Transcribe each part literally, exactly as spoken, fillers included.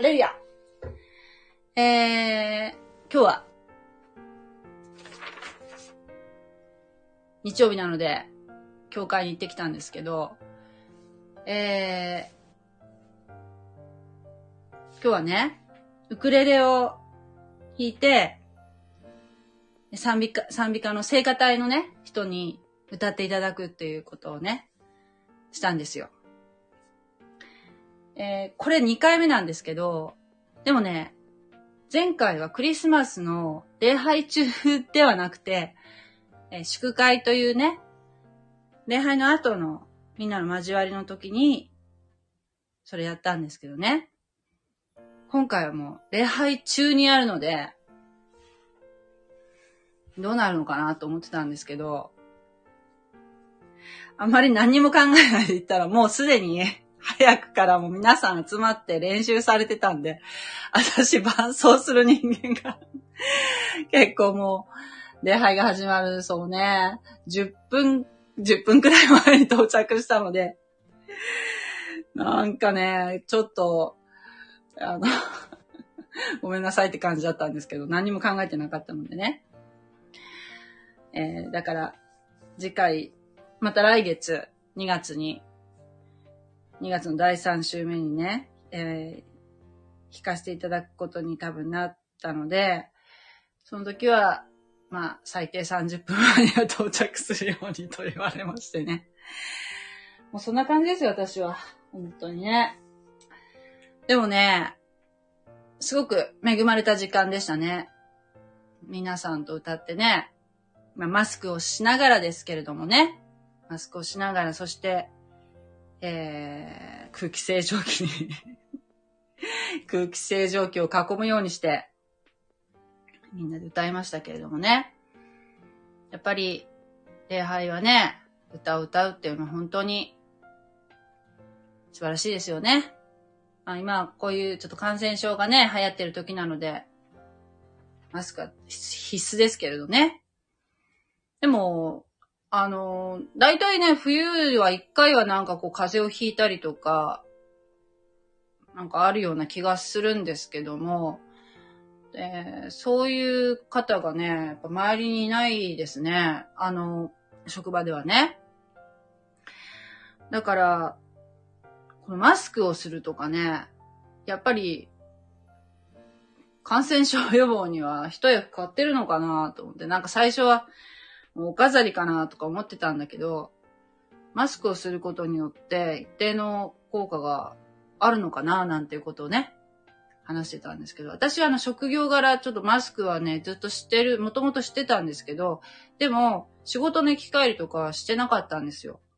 レルヤ。えー、今日は、日曜日なので、教会に行ってきたんですけど、えー、今日はね、ウクレレを弾いて、賛美歌、賛美歌の聖歌隊のね、人に歌っていただくっていうことをね、したんですよ。えー、これにかいめなんですけど、でもね、前回はクリスマスの礼拝中ではなくて、えー、祝会というね、礼拝の後のみんなの交わりの時に、それやったんですけどね。今回はもう礼拝中にやるので、どうなるのかなと思ってたんですけど、あんまり何にも考えないで言ったらもうすでに早くからもう皆さん集まって練習されてたんで、私伴奏する人間が結構もう礼拝が始まるそうね、じゅっぷん、じゅっぷんくらい前に到着したので、なんかね、ちょっと、あの、ごめんなさいって感じだったんですけど、何も考えてなかったのでね。えー、だから、次回、また来月、にがつに、にがつのだいさん週目にね、えー、弾かせていただくことに多分なったので、その時は、まあ、最低さんじゅっぷんまえには到着するようにと言われましてね。もうそんな感じですよ、私は。本当にね。でもね、すごく恵まれた時間でしたね。皆さんと歌ってね、まあ、マスクをしながらですけれどもね、マスクをしながら、そして、えー、空気清浄機に空気清浄機を囲むようにして、みんなで歌いましたけれどもね。やっぱり、礼拝はね、歌を歌うっていうのは本当に素晴らしいですよね。まあ、今、こういうちょっと感染症がね、流行ってる時なので、マスクは必須ですけれどね。でも、あの、大体ね、冬は一回はなんかこう風邪をひいたりとか、なんかあるような気がするんですけども、えー、そういう方がね、やっぱ周りにいないですね。あの、職場ではね。だから、このマスクをするとかね、やっぱり、感染症予防には一役買ってるのかなと思って、なんか最初は、お飾りかなとか思ってたんだけど、マスクをすることによって一定の効果があるのかななんていうことをね、話してたんですけど、私はあの職業柄ちょっとマスクはね、ずっとしてる、もともとしてたんですけど、でも仕事の行き帰りとかはしてなかったんですよ。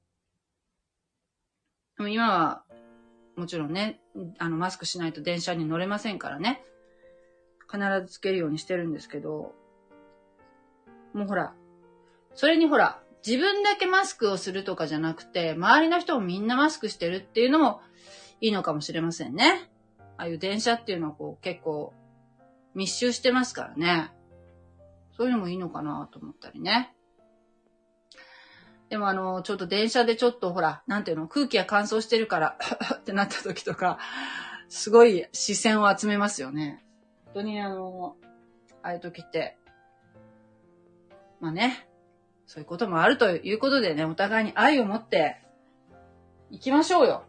でも今はもちろんね、あのマスクしないと電車に乗れませんからね、必ずつけるようにしてるんですけど、もうほら、それにほら、自分だけマスクをするとかじゃなくて、周りの人もみんなマスクしてるっていうのもいいのかもしれませんね。ああいう電車っていうのはこう結構密集してますからね。そういうのもいいのかなと思ったりね。でもあの、ちょっと電車でちょっとほら、なんていうの、空気が乾燥してるからってなった時とか、すごい視線を集めますよね。本当にあの、ああいう時って、まあね、そういうこともあるということでね、お互いに愛を持って行きましょうよ。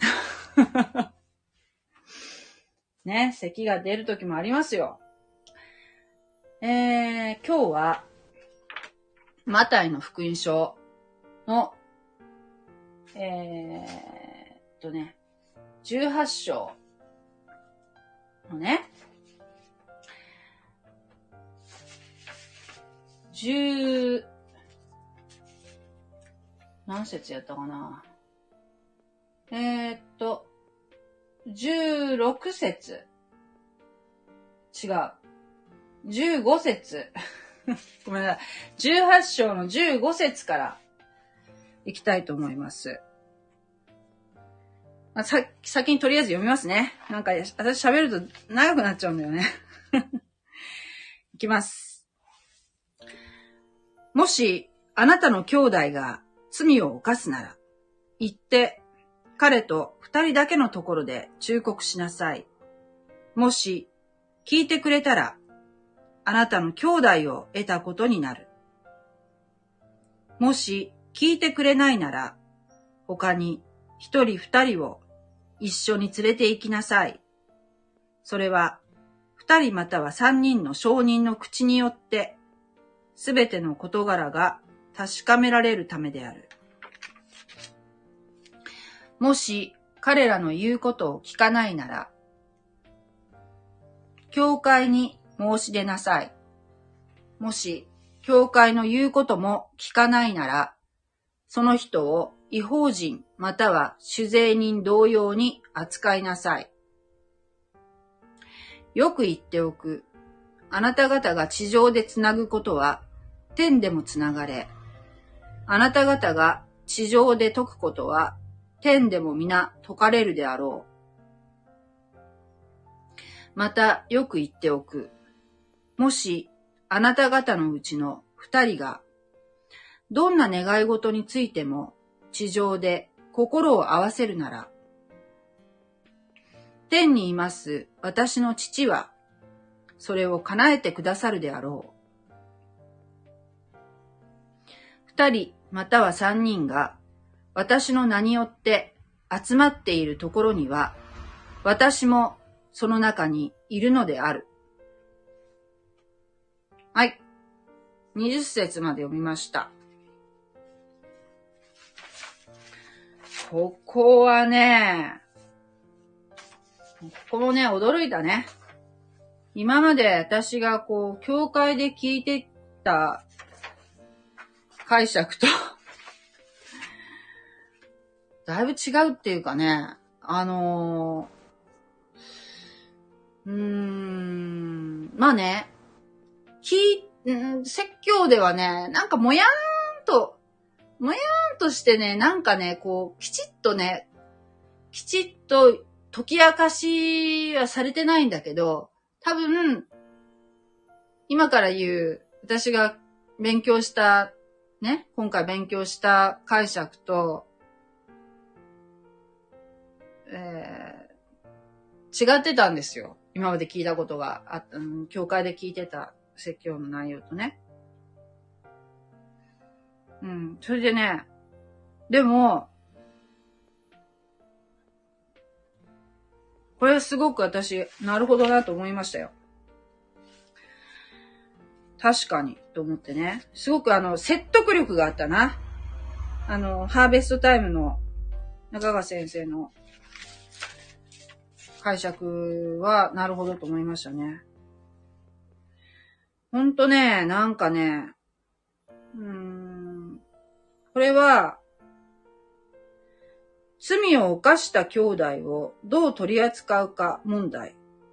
ね、咳が出る時もありますよ。えー、今日は、マタイの福音書の、えーっとね、じゅうはち章のね、じゅう、何節やったかな。えーっと、じゅうろく節。違う。じゅうご節。ごめんなさい。じゅうはち章のじゅうご節からいきたいと思います。まあ、さ、先にとりあえず読みますね。なんか、私喋ると長くなっちゃうんだよね。いきます。もし、あなたの兄弟が罪を犯すなら、行って、彼と二人だけのところで忠告しなさい。 もし聞いてくれたら、あなたの兄弟を得たことになる。もし聞いてくれないなら、他に一人二人を一緒に連れて行きなさい。それは二人または三人の証人の口によって、すべての事柄が確かめられるためである。もし彼らの言うことを聞かないなら、教会に申し出なさい。もし教会の言うことも聞かないなら、その人を異邦人または酒税人同様に扱いなさい。よく言っておく。あなた方が地上でつなぐことは天でもつながれ、あなた方が地上で解くことは天でも皆解かれるであろう。またよく言っておく。もしあなた方のうちの二人がどんな願い事についても地上で心を合わせるなら、天にいます私の父はそれを叶えてくださるであろう。二人または三人が私の名によって集まっているところには、私もその中にいるのである。はい。にじゅっ節まで読みました。ここはね、ここもね、驚いたね。今まで私がこう、教会で聞いてきた解釈と、だいぶ違うっていうかね、あのー、うーん、まあね、聞い、説教ではね、なんかもやーんと、もやーんとしてね、なんかね、こう、きちっとね、きちっと解き明かしはされてないんだけど、多分、今から言う、私が勉強した、ね、今回勉強した解釈と、えー、違ってたんですよ。今まで聞いたことがあった、うん、教会で聞いてた説教の内容とね。うん、それでね、でも、これはすごく私、なるほどなと思いましたよ。確かに、と思ってね。すごくあの、説得力があったな。あの、ハーベストタイムの中川先生の解釈は、なるほどと思いましたね。ほんとね、なんかね、うーん、これは、罪を犯した兄弟をどう取り扱うか問題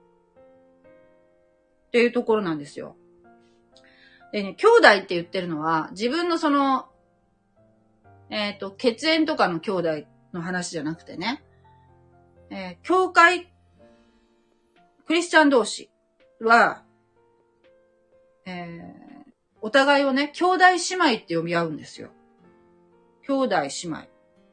っていうところなんですよ。でね、兄弟って言ってるのは自分のその、えっと、血縁とかの兄弟の話じゃなくてね、えー、教会、クリスチャン同士は、えー、お互いをね、兄弟姉妹って呼び合うんですよ。兄弟姉妹。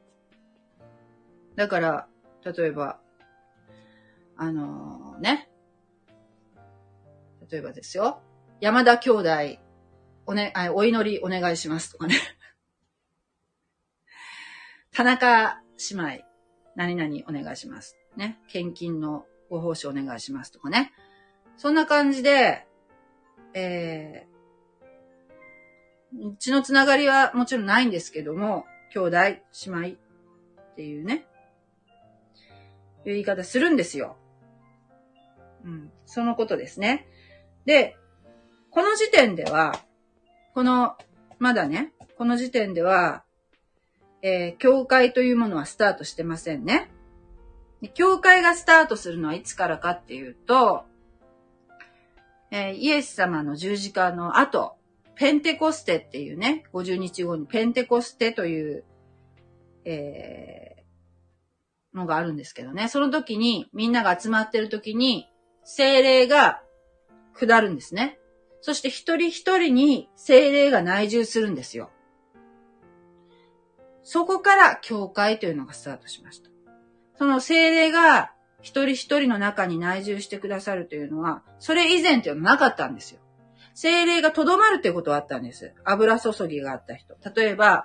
だから、例えば、あのー、ね。例えばですよ。山田兄弟、おね、あ、お祈りお願いしますとかね。田中姉妹、何々お願いします。ね。献金のご奉仕お願いしますとかね。そんな感じで、えー、血のつながりはもちろんないんですけども、兄弟、姉妹っていうね。いう言い方するんですよ。うん。そのことですね。で、この時点では、この、まだね、この時点では、えー、教会というものはスタートしてませんね。教会がスタートするのはいつからかっていうと、えー、イエス様の十字架の後、ペンテコステっていうね、ごじゅうにちごにペンテコステという、えー、のがあるんですけどね。その時に、みんなが集まってる時に、聖霊が下るんですね。そして一人一人に聖霊が内住するんですよ。そこから教会というのがスタートしました。その聖霊が一人一人の中に内住してくださるというのは、それ以前っていうのはなかったんですよ。聖霊がとどまるっていうことはあったんです。油注ぎがあった人。例えば、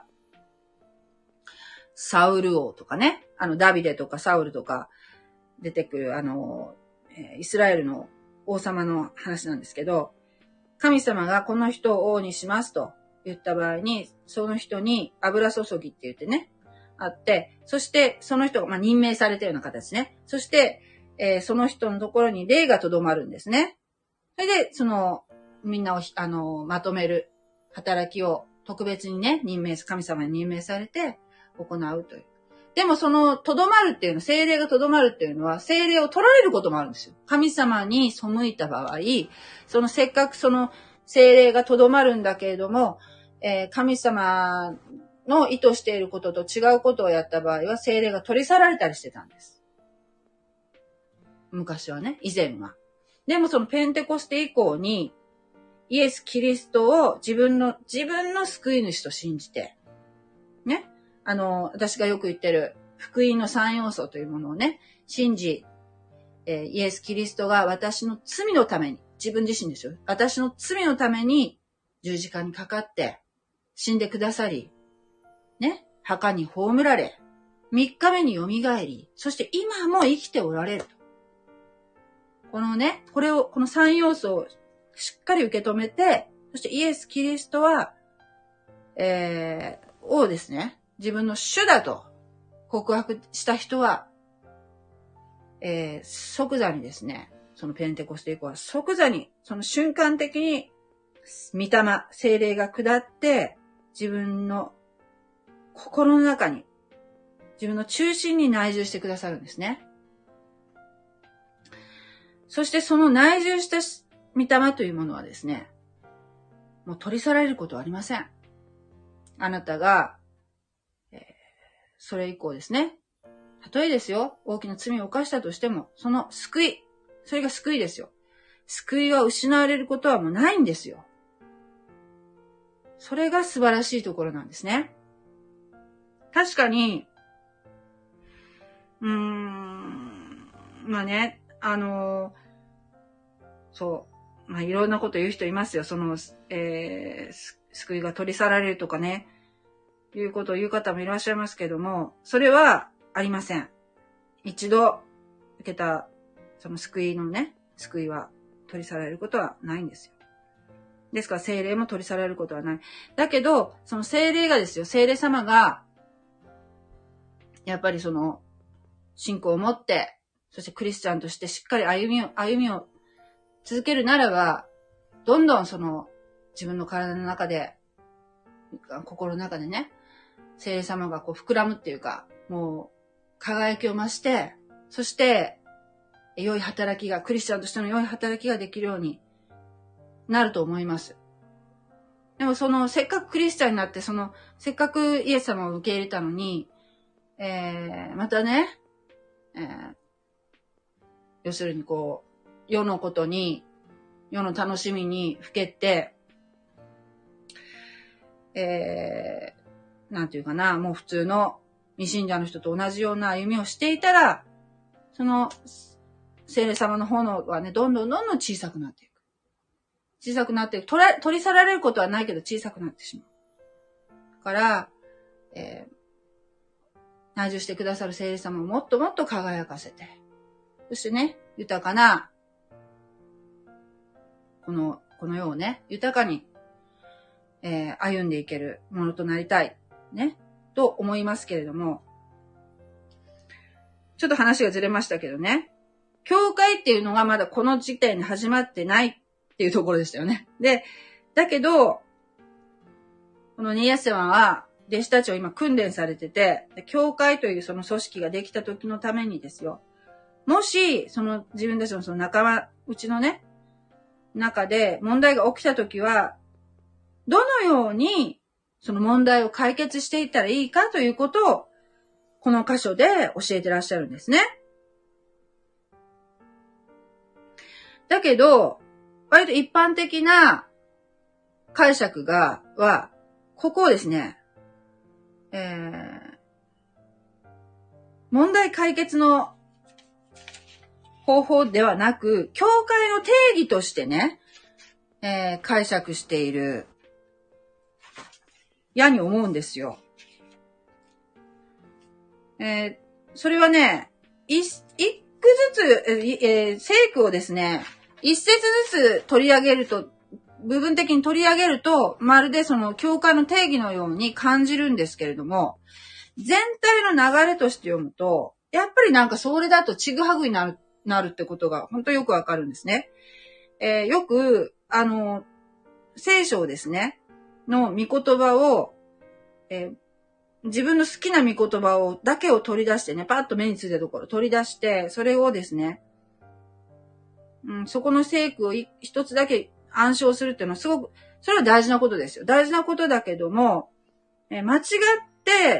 サウル王とかね、あの、ダビデとかサウルとか出てくる、あの、イスラエルの王様の話なんですけど、神様がこの人を王にしますと言った場合に、その人に油注ぎって言ってね、あって、そしてその人が、まあ、任命されたような形ね。そして、えー、その人のところに霊がとどまるんですね。それで、その、みんなを、あの、まとめる働きを特別にね、任命、神様に任命されて行うという。でもその、とどまるっていうの、聖霊がとどまるっていうのは、聖霊を取られることもあるんですよ。神様に背いた場合、そのせっかくその、聖霊がとどまるんだけれども、えー、神様の意図していることと違うことをやった場合は、聖霊が取り去られたりしてたんです。昔はね、以前は。でもそのペンテコステ以降に、イエス・キリストを自分の、自分の救い主と信じて、ね。あの、私がよく言ってる福音の三要素というものをね、信じ、えー、イエス・キリストが私の罪のために、自分自身ですよ。私の罪のために十字架にかかって死んでくださり、ね。墓に葬られ、三日目によみがえり、そして今も生きておられると。このね、これを、この三要素をしっかり受け止めて、そしてイエス・キリストは、えー、をですね、自分の主だと告白した人は、えー、即座にですね、そのペンテコステ以降は即座に、その瞬間的に、御霊、聖霊が下って、自分の心の中に、自分の中心に内住してくださるんですね。そしてその内住した御霊というものはですね、もう取り去られることはありません。あなたが、えー、それ以降ですね、たとえですよ、大きな罪を犯したとしても、その救い、それが救いですよ。救いは失われることはもうないんですよ。それが素晴らしいところなんですね。確かに、うーん、まあね、あのー、そう、まあいろんなこと言う人いますよ。その、えー、救いが取り去られるとかね、いうことを言う方もいらっしゃいますけども、それはありません。一度受けた、その救いのね、救いは取り去られることはないんですよ。ですから聖霊も取り去られることはない。だけど、その聖霊がですよ、聖霊様が、やっぱりその、信仰を持って、そしてクリスチャンとしてしっかり歩みを、歩みを続けるならば、どんどんその、自分の体の中で、心の中でね、聖霊様がこう膨らむっていうか、もう、輝きを増して、そして、良い働きが、クリスチャンとしての良い働きができるようになると思います。でもその、せっかくクリスチャンになって、その、せっかくイエス様を受け入れたのに、えー、またね、えー、要するにこう、世のことに、世の楽しみにふけて、えー、なんていうかな、もう普通の未信者の人と同じような歩みをしていたら、その、聖霊様の炎はね、どんどんどんどん小さくなっていく。小さくなっていく。取ら、取り去られることはないけど小さくなってしまう。だから、えー、内住してくださる聖霊様をもっともっと輝かせて、そしてね、豊かな、この、この世をね、豊かに、えー、歩んでいけるものとなりたい、ね、と思いますけれども、ちょっと話がずれましたけどね、教会っていうのがまだこの時点で始まってないっていうところでしたよね。で、だけど、このニエセワンは、弟子たちを今訓練されてて、教会というその組織ができた時のためにですよ。もし、その自分たちのその仲間、うちのね、中で問題が起きた時は、どのようにその問題を解決していったらいいかということを、この箇所で教えてらっしゃるんですね。だけど、割と一般的な解釈が、は、ここをですね、えー、問題解決の方法ではなく、教会の定義としてね、えー、解釈している、やに思うんですよ。えー、それはね、一、一句ずつ、えー、聖句をですね、一節ずつ取り上げると、部分的に取り上げると、まるでその教会の定義のように感じるんですけれども、全体の流れとして読むと、やっぱりなんかそれだとちぐはぐになる、なるってことが本当よくわかるんですね。えー、よく、あの、聖書をですね、の御言葉を、えー、自分の好きな御言葉を、だけを取り出してね、パッと目についたところ取り出して、それをですね、うん、そこの聖句を一つだけ暗唱するっていうのはすごく、それは大事なことですよ。大事なことだけども、えー、間違って、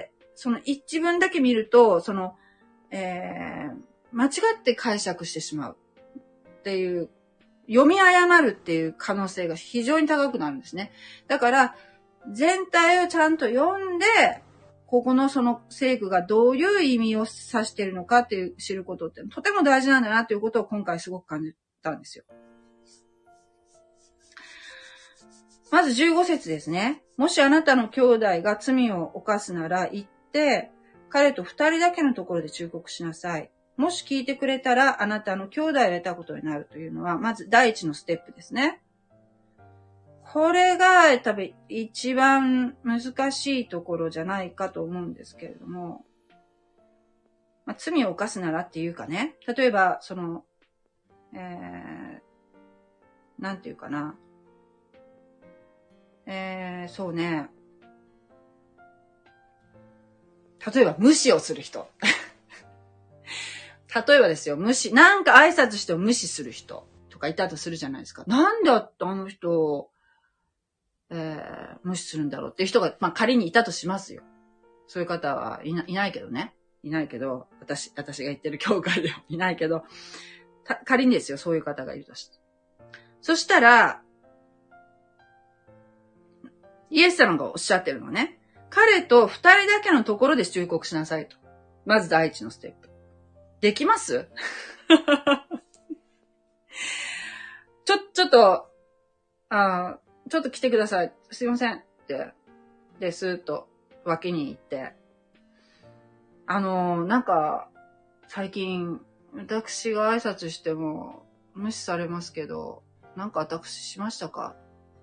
その一文だけ見ると、その、えー、間違って解釈してしまうっていう、読み誤るっていう可能性が非常に高くなるんですね。だから、全体をちゃんと読んで、ここのその聖句がどういう意味を指しているのかっていう知ることってとても大事なんだなということを今回すごく感じたんですよ。まずじゅうご節ですね。もしあなたの兄弟が罪を犯すなら行って、彼と二人だけのところで忠告しなさい。もし聞いてくれたらあなたの兄弟を得たことになるというのは、まず第一のステップですね。これが多分一番難しいところじゃないかと思うんですけれども、まあ、罪を犯すならっていうかね、例えばその、えー、なんていうかな、えー、そうね、例えば無視をする人。例えばですよ、無視、なんか挨拶しても無視する人とかいたとするじゃないですか。なんであの人、えー、無視するんだろうっていう人が、まあ仮にいたとしますよ。そういう方はいな、いないけどね。いないけど、私、私が言ってる教会ではいないけど、仮にですよ、そういう方がいるとして。そしたら、イエス様がおっしゃってるのはね、彼と二人だけのところで忠告しなさいと。まず第一のステップ。できますちょ、ちょっと、あちょっと来てください。すいません。って、で、スーッと脇に行って、あのー、なんか、最近、私が挨拶しても無視されますけど、なんか私しましたか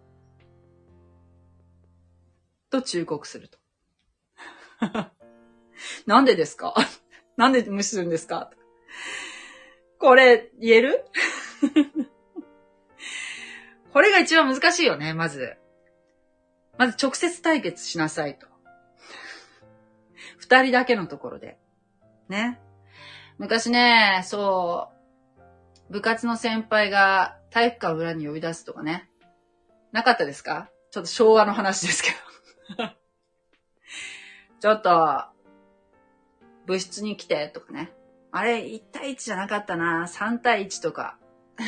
と忠告すると。なんでですかなんで無視するんですかこれ、言えるこれが一番難しいよね、まず。まず直接対決しなさいと。二人だけのところで。ね。昔ね、そう、部活の先輩が体育館裏に呼び出すとかね。なかったですか？ちょっと昭和の話ですけど。ちょっと、部室に来てとかね。あれ、いち対いちじゃなかったな。さん対いちとか。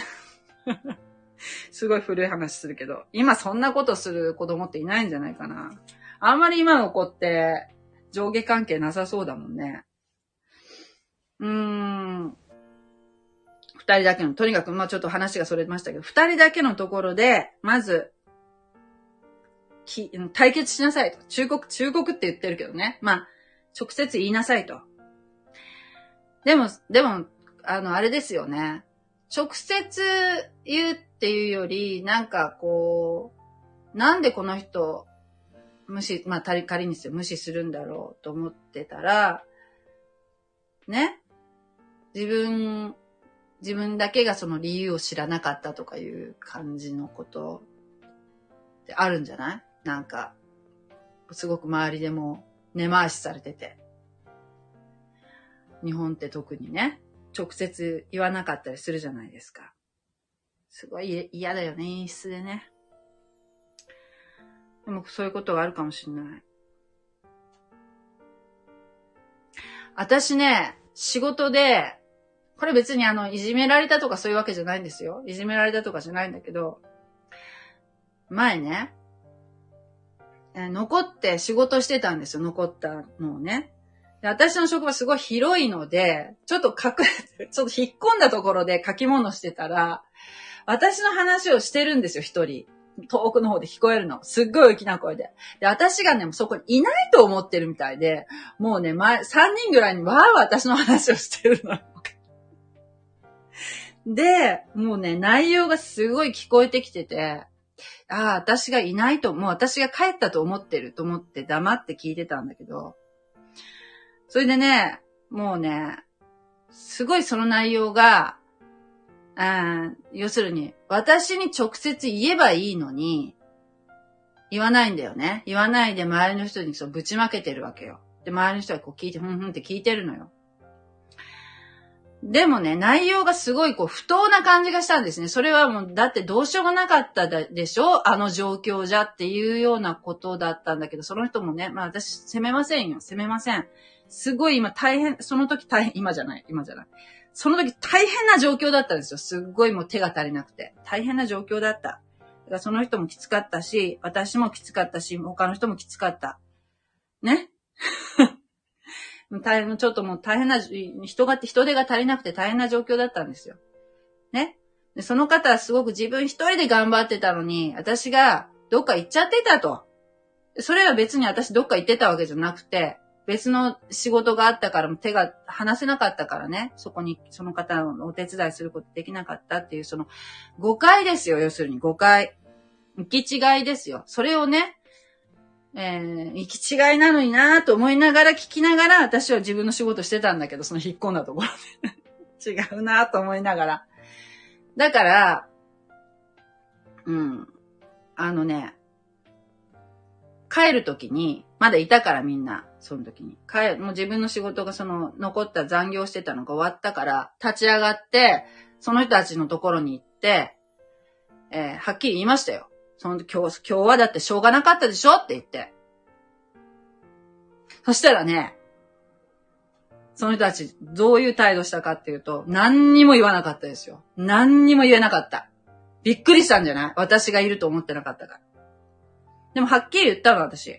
すごい古い話するけど、今そんなことする子供っていないんじゃないかな。あんまり今の子って上下関係なさそうだもんね。うーん。二人だけの、とにかく、まあちょっと話がそれましたけど、二人だけのところで、まず、き対決しなさいと。忠告、忠告って言ってるけどね。まあ、直接言いなさいと。でも、でも、あの、あれですよね。直接言うっていうより、なんかこう、なんでこの人、無視、まあ仮にですよ、無視するんだろうと思ってたら、ね。自分、自分だけがその理由を知らなかったとかいう感じのことってあるんじゃない？なんか、すごく周りでも根回しされてて。日本って特にね、直接言わなかったりするじゃないですか。すごい嫌だよね、演出でね。でもそういうことがあるかもしれない。私ね、仕事で、これ別にあの、いじめられたとかそういうわけじゃないんですよ。いじめられたとかじゃないんだけど、前ね、残って仕事してたんですよ、残ったのをね。 で、私の職場すごい広いので、ちょっと隠れて、ちょっと引っ込んだところで書き物してたら、私の話をしてるんですよ、一人。遠くの方で聞こえるの。すっごい大きな声で。で、私がね、そこにいないと思ってるみたいで、もうね、前、さんにんぐらいにわーわー私の話をしてるの。で、もうね、内容がすごい聞こえてきてて、ああ、私がいないと、もう私が帰ったと思ってると思って黙って聞いてたんだけど、それでね、もうね、すごいその内容が、あ要するに、私に直接言えばいいのに、言わないんだよね。言わないで周りの人にそうぶちまけてるわけよ。で、周りの人がこう聞いて、ふんふんって聞いてるのよ。でもね、内容がすごいこう不当な感じがしたんですね。それはもう、だってどうしようもなかったでしょ？あの状況じゃっていうようなことだったんだけど、その人もね、まあ私責めませんよ。責めません。すごい今大変、その時大変、今じゃない、今じゃない。その時大変な状況だったんですよ。すっごいもう手が足りなくて。大変な状況だった。だからその人もきつかったし、私もきつかったし、他の人もきつかった。ね。大変、ちょっともう大変な、人が、人手が足りなくて大変な状況だったんですよ。ね。で、その方はすごく自分一人で頑張ってたのに、私がどっか行っちゃってたと。それは別に私どっか行ってたわけじゃなくて、別の仕事があったからも手が離せなかったからね、そこにその方のお手伝いすることできなかったっていうその誤解ですよ、要するに誤解。行き違いですよ。それをね、えー、行き違いなのになぁと思いながら聞きながら私は自分の仕事してたんだけど、その引っ込んだところで違うなぁと思いながら。だから、うん、あのね、帰るときに、まだいたからみんな、その時に。帰る、もう自分の仕事がその残った残業してたのが終わったから、立ち上がって、その人たちのところに行って、えー、はっきり言いましたよ。その今日、今日はだってしょうがなかったでしょって言って。そしたらね、その人たちどういう態度したかっていうと、何にも言わなかったですよ。何にも言えなかった。びっくりしたんじゃない？私がいると思ってなかったから。でもはっきり言ったの、私。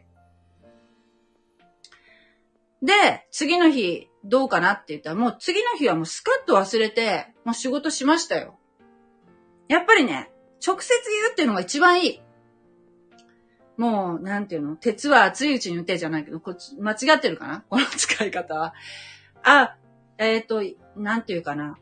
で、次の日、どうかなって言ったら、もう次の日はもうスカッと忘れて、もう仕事しましたよ。やっぱりね、直接言うっていうのが一番いい。もう、なんていうの？鉄は熱いうちに打てじゃないけど、こっち、間違ってるかな？この使い方は。あ、えっと、なんていうかな。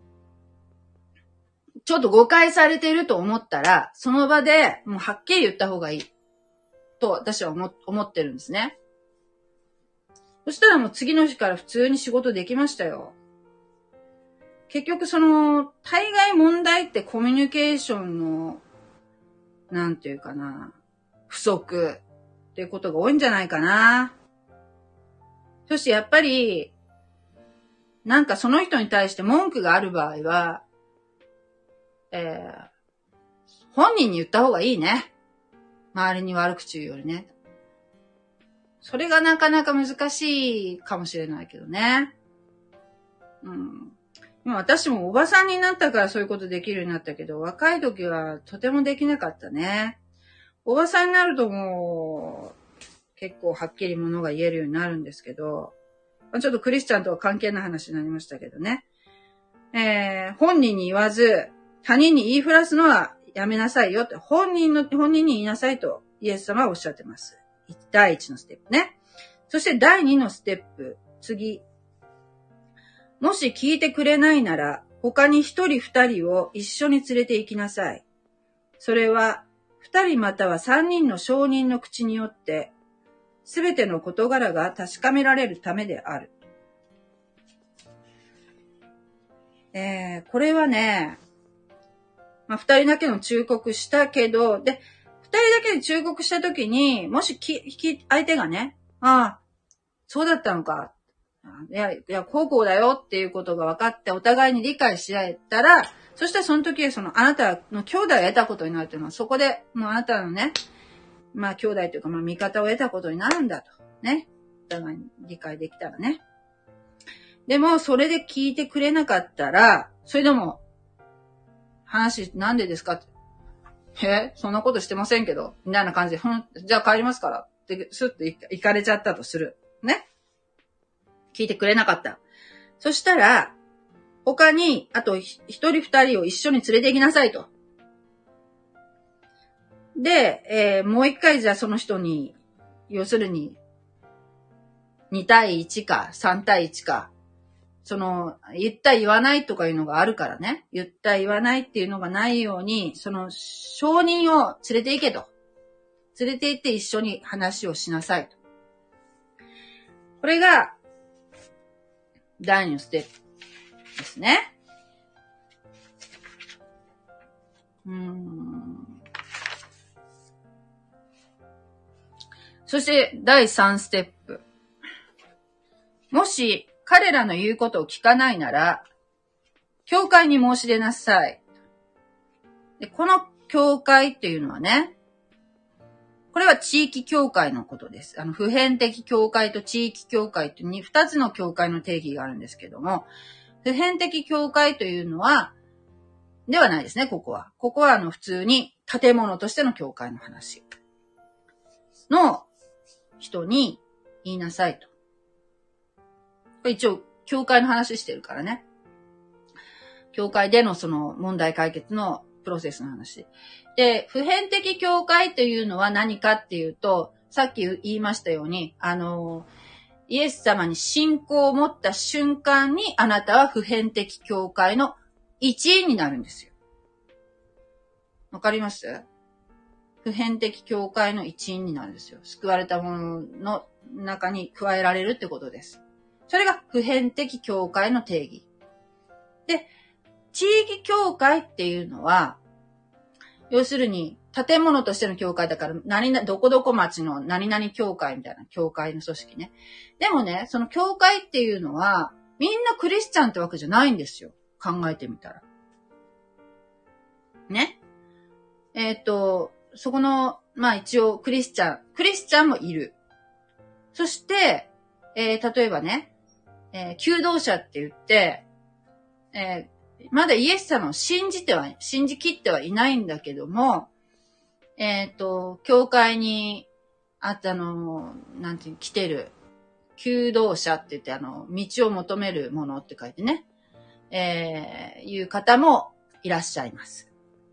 ちょっと誤解されてると思ったら、その場でもうはっきり言った方がいい。と私は思、思ってるんですね。そしたらもう次の日から普通に仕事できましたよ。結局その、大概問題ってコミュニケーションの、なんていうかな、不足っていうことが多いんじゃないかな。そしてやっぱり、なんかその人に対して文句がある場合は、えー、本人に言った方がいいね。周りに悪口言うよりね。それがなかなか難しいかもしれないけどね。うん。今私もおばさんになったからそういうことできるようになったけど、若い時はとてもできなかったね。おばさんになるともう結構はっきりものが言えるようになるんですけど、ちょっとクリスチャンとは関係ない話になりましたけどね。えー、本人に言わず他人に言いふらすのはやめなさいよって、本人の、本人に言いなさいとイエス様はおっしゃってます。第一のステップね。そして第二のステップ、次。もし聞いてくれないなら、他に一人二人を一緒に連れて行きなさい。それは、二人または三人の証人の口によって、すべての事柄が確かめられるためである。えー、これはね、まあ、二人だけの忠告したけど、で、二人だけで忠告したときに、もしき、き、相手がね、ああ、そうだったのか。いや、いや、こうこうだよっていうことが分かって、お互いに理解し合えたら、そしたらその時、その、あなたの兄弟を得たことになるというのは、そこで、もうあなたのね、まあ、兄弟というか、まあ、味方を得たことになるんだと。ね。お互いに理解できたらね。でも、それで聞いてくれなかったら、それでも、話、なんでですかって。えそんなことしてませんけど、みたいな感じで、ふん、じゃあ帰りますからって、スッと行かれちゃったとする。ね。 聞いてくれなかった。そしたら、他に、あと一人二人を一緒に連れて行きなさいと。で、えー、もう一回じゃあその人に、要するに、に対いちかさん対いちか、その、言った言わないとかいうのがあるからね。言った言わないっていうのがないように、その、証人を連れて行けと。連れて行って一緒に話をしなさいと。これが、第二のステップですね。うーん。そして、第三ステップ。もし、彼らの言うことを聞かないなら、教会に申し出なさい。で、この教会っていうのはね、これは地域教会のことです。あの、普遍的教会と地域教会というに二つの教会の定義があるんですけども、普遍的教会というのは、ではないですね、ここは。ここはあの、普通に建物としての教会の話の人に言いなさいと。これ一応、教会の話してるからね。教会でのその問題解決のプロセスの話。で、普遍的教会っていうのは何かっていうと、さっき言いましたように、あの、イエス様に信仰を持った瞬間にあなたは普遍的教会の一員になるんですよ。わかります？普遍的教会の一員になるんですよ。救われたものの中に加えられるってことです。それが普遍的教会の定義。で、地域教会っていうのは、要するに建物としての教会だから、何々、どこどこ町の何々教会みたいな教会の組織ね。でもね、その教会っていうのは、みんなクリスチャンってわけじゃないんですよ。考えてみたら。ね。えっと、そこの、まあ一応クリスチャン、クリスチャンもいる。そして、えー、例えばね、えー、求道者って言って、えー、まだイエス様を信じては、信じきってはいないんだけども、えっと、教会に、あったの、なんていう、来てる、求道者って言って、あの、道を求めるものって書いてね、えー、いう方もいらっしゃいます。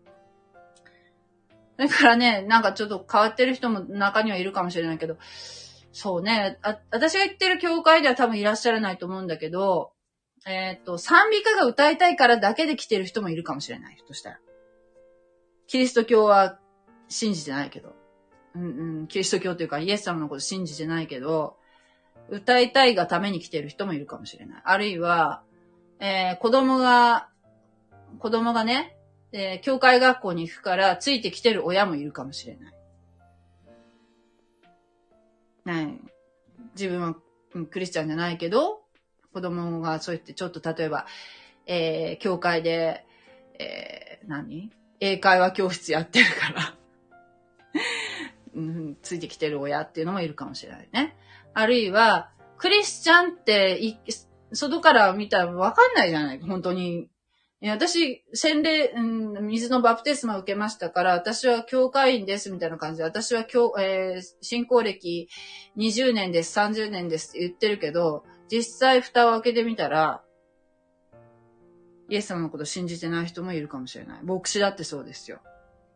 それからね、なんかちょっと変わってる人も中にはいるかもしれないけど、そうね、あ、私が言ってる教会では多分いらっしゃらないと思うんだけど、えっと、賛美歌が歌いたいからだけで来てる人もいるかもしれない、ひょっとしたら。キリスト教は信じてないけど、うんうん、キリスト教というかイエス様のこと信じてないけど、歌いたいがために来てる人もいるかもしれない。あるいは、えー、子供が、子供がね、えー、教会学校に行くからついてきてる親もいるかもしれない。はい。自分は、うん、クリスチャンじゃないけど、子供がそう言ってちょっと例えば、えー、教会で、えー、何？英会話教室やってるから、うん、ついてきてる親っていうのもいるかもしれないね。あるいは、クリスチャンってい、外から見たらわかんないじゃない、本当に。私、洗礼、うん、水のバプテスマを受けましたから、私は教会員ですみたいな感じで、私は教、えー、信仰歴にじゅうねんです、さんじゅうねんですって言ってるけど、実際蓋を開けてみたら、イエス様のことを信じてない人もいるかもしれない。牧師だってそうですよ。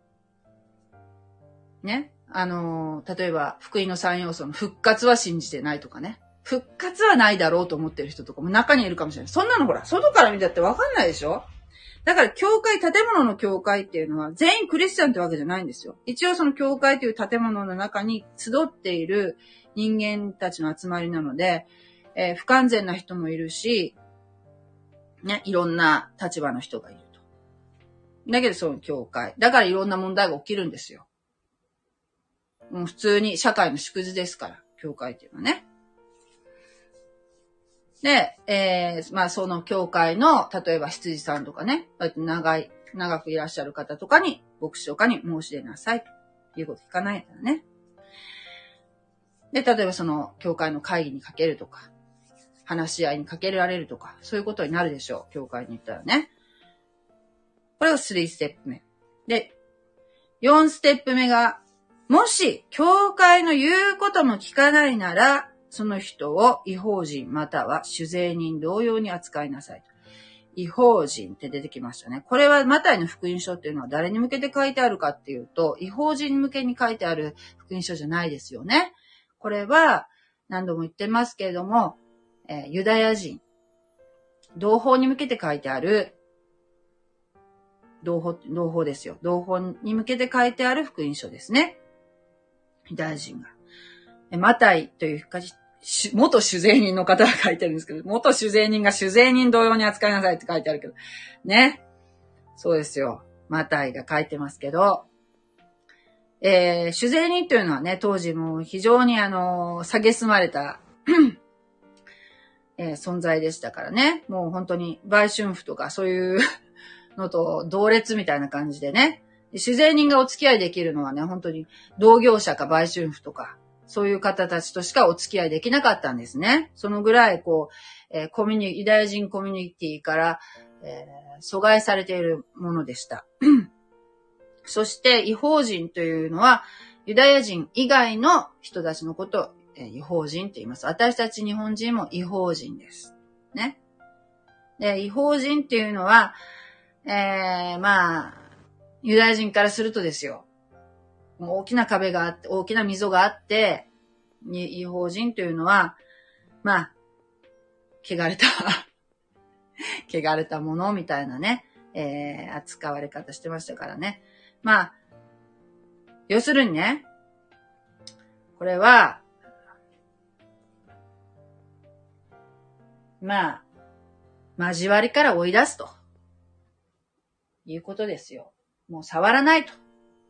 ね。あのー、例えば、福音の三要素の復活は信じてないとかね。復活はないだろうと思ってる人とかも中にいるかもしれない。そんなのほら、外から見たってわかんないでしょ？だから、教会、建物の教会っていうのは全員クリスチャンってわけじゃないんですよ。一応その教会という建物の中に集っている人間たちの集まりなので、えー、不完全な人もいるし、ね、いろんな立場の人がいると。だけどその教会。だからいろんな問題が起きるんですよ。もう普通に社会の縮図ですから、教会っていうのはね。で、えー、まあその教会の、例えば羊さんとかね、長い、長くいらっしゃる方とかに、牧師とかに申し出なさいということ聞かないからね。で、例えばその教会の会議にかけるとか、話し合いにかけられるとか、そういうことになるでしょう。教会に行ったらね。これがさんステップ目。で、よんステップ目が、もし、教会の言うことも聞かないなら、 その人を異邦人または酒税人同様に扱いなさいと。異邦人って出てきましたね。これはマタイの福音書っていうのは誰に向けて書いてあるかっていうと、異邦人向けに書いてある福音書じゃないですよね。これは何度も言ってますけれども、えー、ユダヤ人、同胞に向けて書いてある、同胞、同胞ですよ。同胞に向けて書いてある福音書ですね。ユダヤ人が。マタイというか、元酒税人の方が書いてるんですけど、元酒税人が酒税人同様に扱いなさいって書いてあるけど、ね。そうですよ。マタイが書いてますけど、えー、酒税人というのはね、当時も非常にあの、蔑まれた、えー、存在でしたからね。もう本当に売春婦とかそういうのと同列みたいな感じでね。酒税人がお付き合いできるのはね、本当に同業者か売春婦とか、そういう方たちとしかお付き合いできなかったんですね。そのぐらい、こう、えー、コミュニ、ユダヤ人コミュニティから、えー、阻害されているものでした。そして、異邦人というのは、ユダヤ人以外の人たちのことを、えー、異邦人と言います。私たち日本人も異邦人です。ね。で、異邦人っていうのは、えー、まあ、ユダヤ人からするとですよ。大きな壁があって、大きな溝があって、異邦人というのは、まあ、汚れた、汚れたものみたいなね、えー、扱われ方してましたからね。まあ、要するにね、これは、まあ、交わりから追い出すと、いうことですよ。もう触らないと。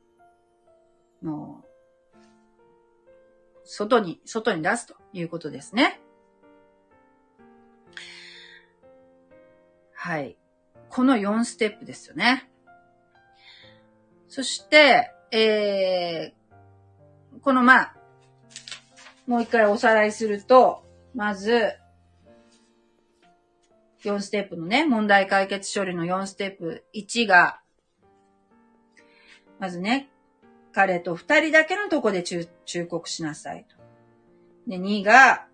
もう、外に、外に出すということですね。はい。このよんステップですよね。そして、えー、このまあ、もう一回おさらいすると、まず、よんステップのね、問題解決処理のよんステップいちが、まずね、彼と二人だけのとこで忠告しなさいと。で、にが、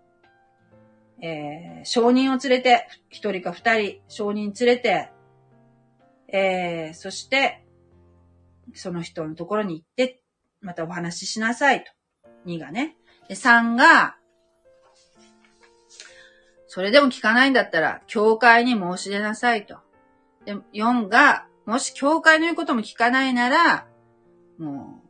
えー、証人を連れて、一人か二人、証人連れて、えー、そして、その人のところに行って、またお話ししなさいと。にがね。で、さんが、それでも聞かないんだったら、教会に申し出なさいと。で、よんが、もし教会の言うことも聞かないなら、も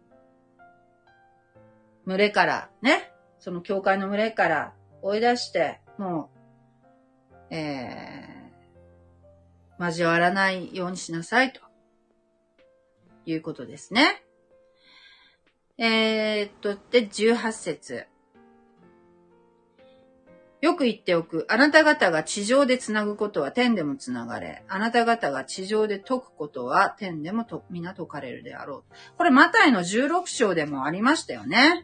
う、群れから、ね、その教会の群れから追い出して、もう、えー、交わらないようにしなさいと。いうことですね。えー、っと、で、じゅうはち節。よく言っておく。あなた方が地上でつなぐことは天でもつながれ。あなた方が地上で解くことは天でもと皆解かれるであろう。これ、マタイのじゅうろく章でもありましたよね。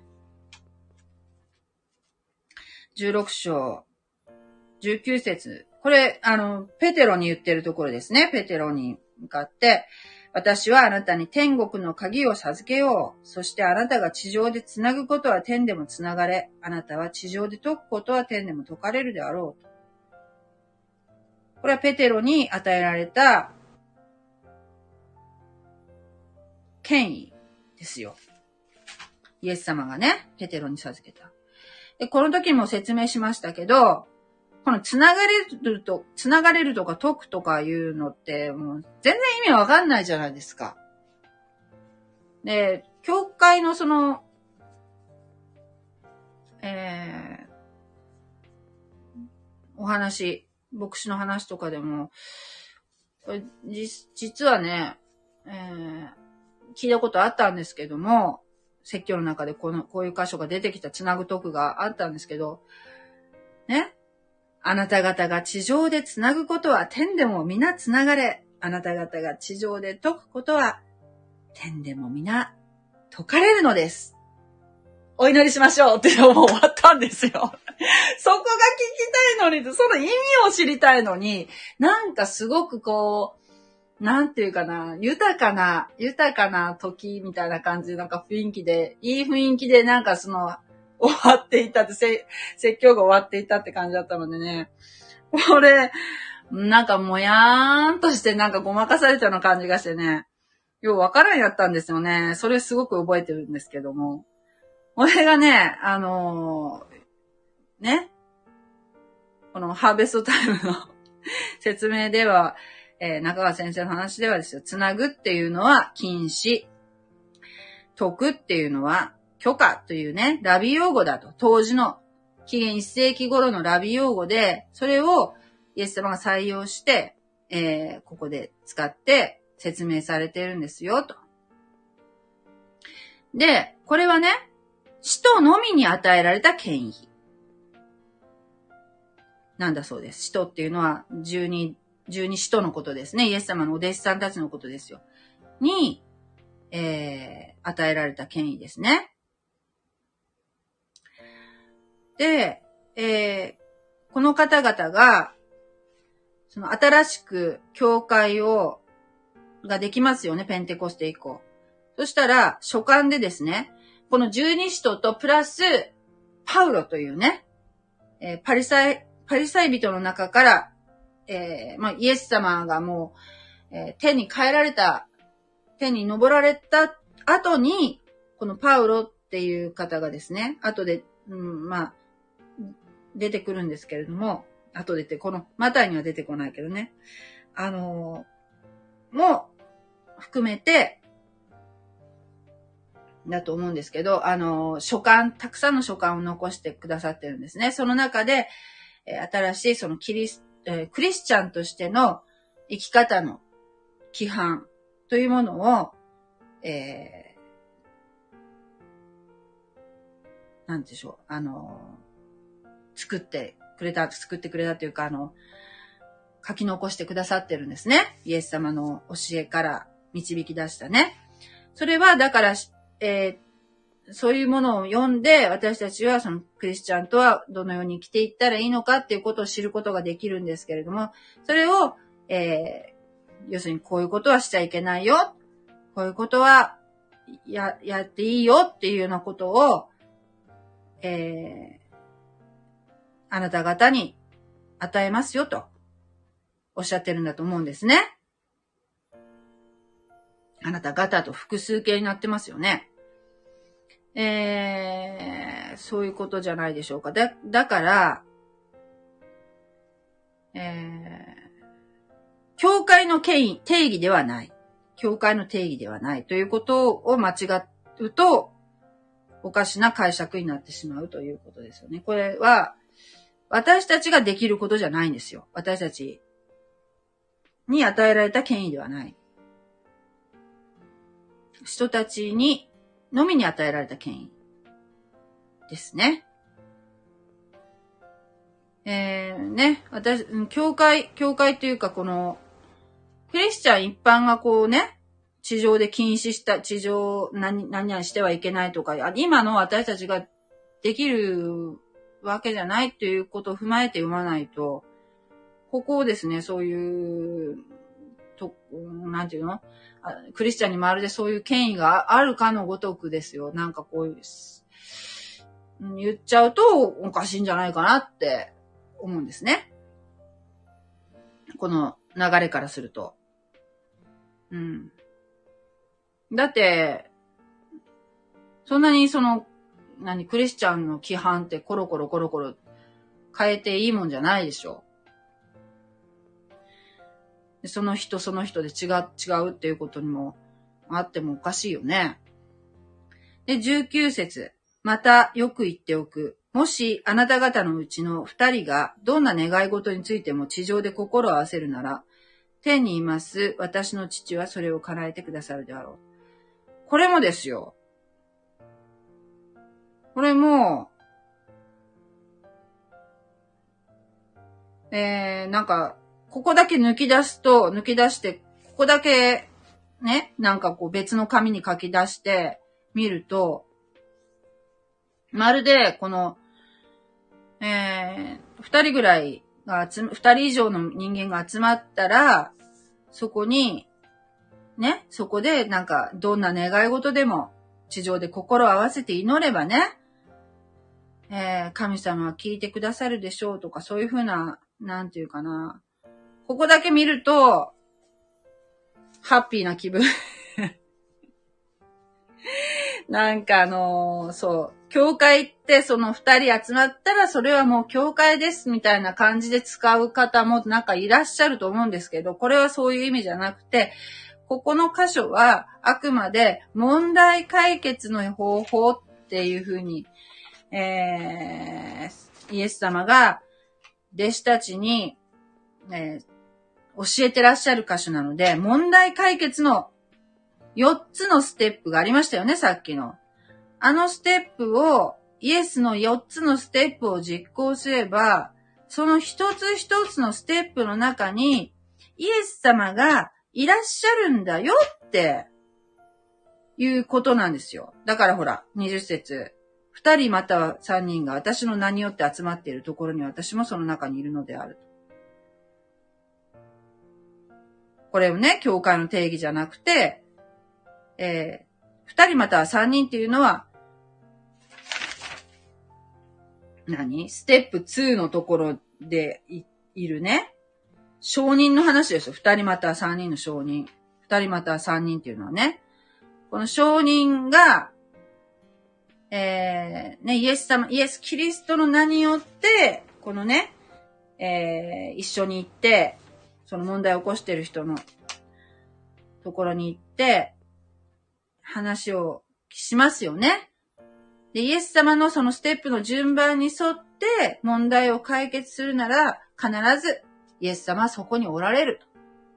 じゅうろく章、じゅうきゅう節。これ、あの、ペテロに言ってるところですね。ペテロに向かって、私はあなたに天国の鍵を授けよう。そしてあなたが地上でつなぐことは天でもつながれ。あなたは地上で解くことは天でも解かれるであろう。これはペテロに与えられた権威ですよ。イエス様がね、ペテロに授けた。で、この時も説明しましたけど、このつながれると、つながれるとか解くとかいうのって、もう全然意味わかんないじゃないですか。で、教会のその、えー、お話、牧師の話とかでも、これ実、実はね、えー、聞いたことあったんですけども、説教の中でこの、こういう箇所が出てきたつなぐ解くがあったんですけど、ね。あなた方が地上でつなぐことは天でも皆つながれ。あなた方が地上で解くことは天でも皆解かれるのです。お祈りしましょうってもう終わったんですよ。そこが聞きたいのに、その意味を知りたいのに、なんかすごくこう、なんていうかな、豊かな、豊かな時みたいな感じでなんか雰囲気で、いい雰囲気でなんかその、 終わっていたって、説教が終わっていたって感じだったのでね。これ、なんかもやーんとしてなんかごまかされたような感じがしてね。ようわからんやったんですよね。それすごく覚えてるんですけども。これがね、あのー、ね。このハーベストタイムの説明では、えー、中川先生の話ではですよ、つなぐっていうのは禁止。解くっていうのは許可というね、ラビ用語だと。当時の紀元いっ世紀頃のラビ用語で、それをイエス様が採用して、えー、ここで使って説明されているんですよ、と。で、これはね、使徒のみに与えられた権威なんだそうです。使徒っていうのは十二、十二使徒のことですね。イエス様のお弟子さんたちのことですよ。に、えー、与えられた権威ですね。で、えー、この方々が、その新しく教会を、ができますよね、ペンテコステ以降。そしたら、書簡でですね、この十二使徒とプラス、パウロというね、えー、パリサイ、パリサイ人の中から、えー、まあ、イエス様がもう、えー、天に帰られた、天に昇られた後に、このパウロっていう方がですね、後で、うん、まあ、出てくるんですけれども、後でって、このマタイには出てこないけどね、あのー、も含めて、だと思うんですけど、あのー、書簡、たくさんの書簡を残してくださってるんですね。その中で、えー、新しいそのキリス、えー、クリスチャンとしての生き方の規範というものを、えー、なんでしょう、あのー、作ってくれた、作ってくれたというか、あの、書き残してくださってるんですね。イエス様の教えから導き出したね。それは、だから、えー、そういうものを読んで、私たちはそのクリスチャンとはどのように生きていったらいいのかっていうことを知ることができるんですけれども、それを、えー、要するにこういうことはしちゃいけないよ。こういうことは、や、やっていいよっていうようなことを、えー、あなた方に与えますよとおっしゃってるんだと思うんですね。あなた方と複数形になってますよね。えー、そういうことじゃないでしょうか。だ、だから、えー、教会の定義ではない。教会の定義ではないということを間違うと、おかしな解釈になってしまうということですよね。これは、私たちができることじゃないんですよ。私たちに与えられた権威ではない。人たちに、のみに与えられた権威ですね。えー、ね、私、教会、教会というかこの、クリスチャン一般がこうね、地上で禁止した、地上何、何々してはいけないとか、今の私たちができるわけじゃないということを踏まえて読まないと、ここをですね、そういう、と、なんていうの？クリスチャンにまるでそういう権威があるかのごとくですよ。なんかこういう、言っちゃうとおかしいんじゃないかなって思うんですね。この流れからすると。うん。だって、そんなにその、何、クリスチャンの規範ってコロコロコロコロ変えていいもんじゃないでしょ。でその人その人で違う、違うっていうことにもあってもおかしいよね。で、じゅうきゅう節。またよく言っておく。もしあなた方のうちの二人がどんな願い事についても地上で心を合わせるなら、天にいます私の父はそれを叶えてくださるであろう。これもですよ。これも、えー、なんか、ここだけ抜き出すと、抜き出して、ここだけ、ね、なんかこう別の紙に書き出してみると、まるで、この、えー、二人ぐらいが集ま、二人以上の人間が集まったら、そこに、ね、そこでなんか、どんな願い事でも、地上で心を合わせて祈ればね、 えー、神様は聞いてくださるでしょうとか、そういうふうな、なんていうかな。ここだけ見ると、ハッピーな気分。なんかあのー、そう、教会ってその二人集まったらそれはもう教会ですみたいな感じで使う方もなんかいらっしゃると思うんですけど、これはそういう意味じゃなくて、ここの箇所はあくまで問題解決の方法っていうふうに、えー、イエス様が弟子たちに、えー、教えてらっしゃる箇所なので、問題解決のよっつのステップがありましたよね、さっきの。あのステップを、イエスのよっつのステップを実行すれば、その一つ一つのステップの中に、イエス様がいらっしゃるんだよっていうことなんですよ。だからほら、にじゅっ節。二人または三人が私の名によって集まっているところに私もその中にいるのである。これをね、教会の定義じゃなくて、えー、二人または三人っていうのは、何？ステップにのところで い, いるね。証人の話ですよ。二人または三人の証人。二人または三人っていうのはね。この証人が、えー、ね、イエス様、イエス・キリストの名によって、このね、えー、一緒に行って、その問題を起こしている人のところに行って、話をしますよね。で、イエス様のそのステップの順番に沿って問題を解決するなら、必ずイエス様はそこにおられると。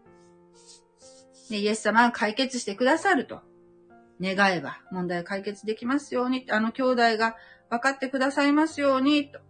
で、イエス様は解決してくださると。願えば問題解決できますように、あの兄弟が分かってくださいますようにと。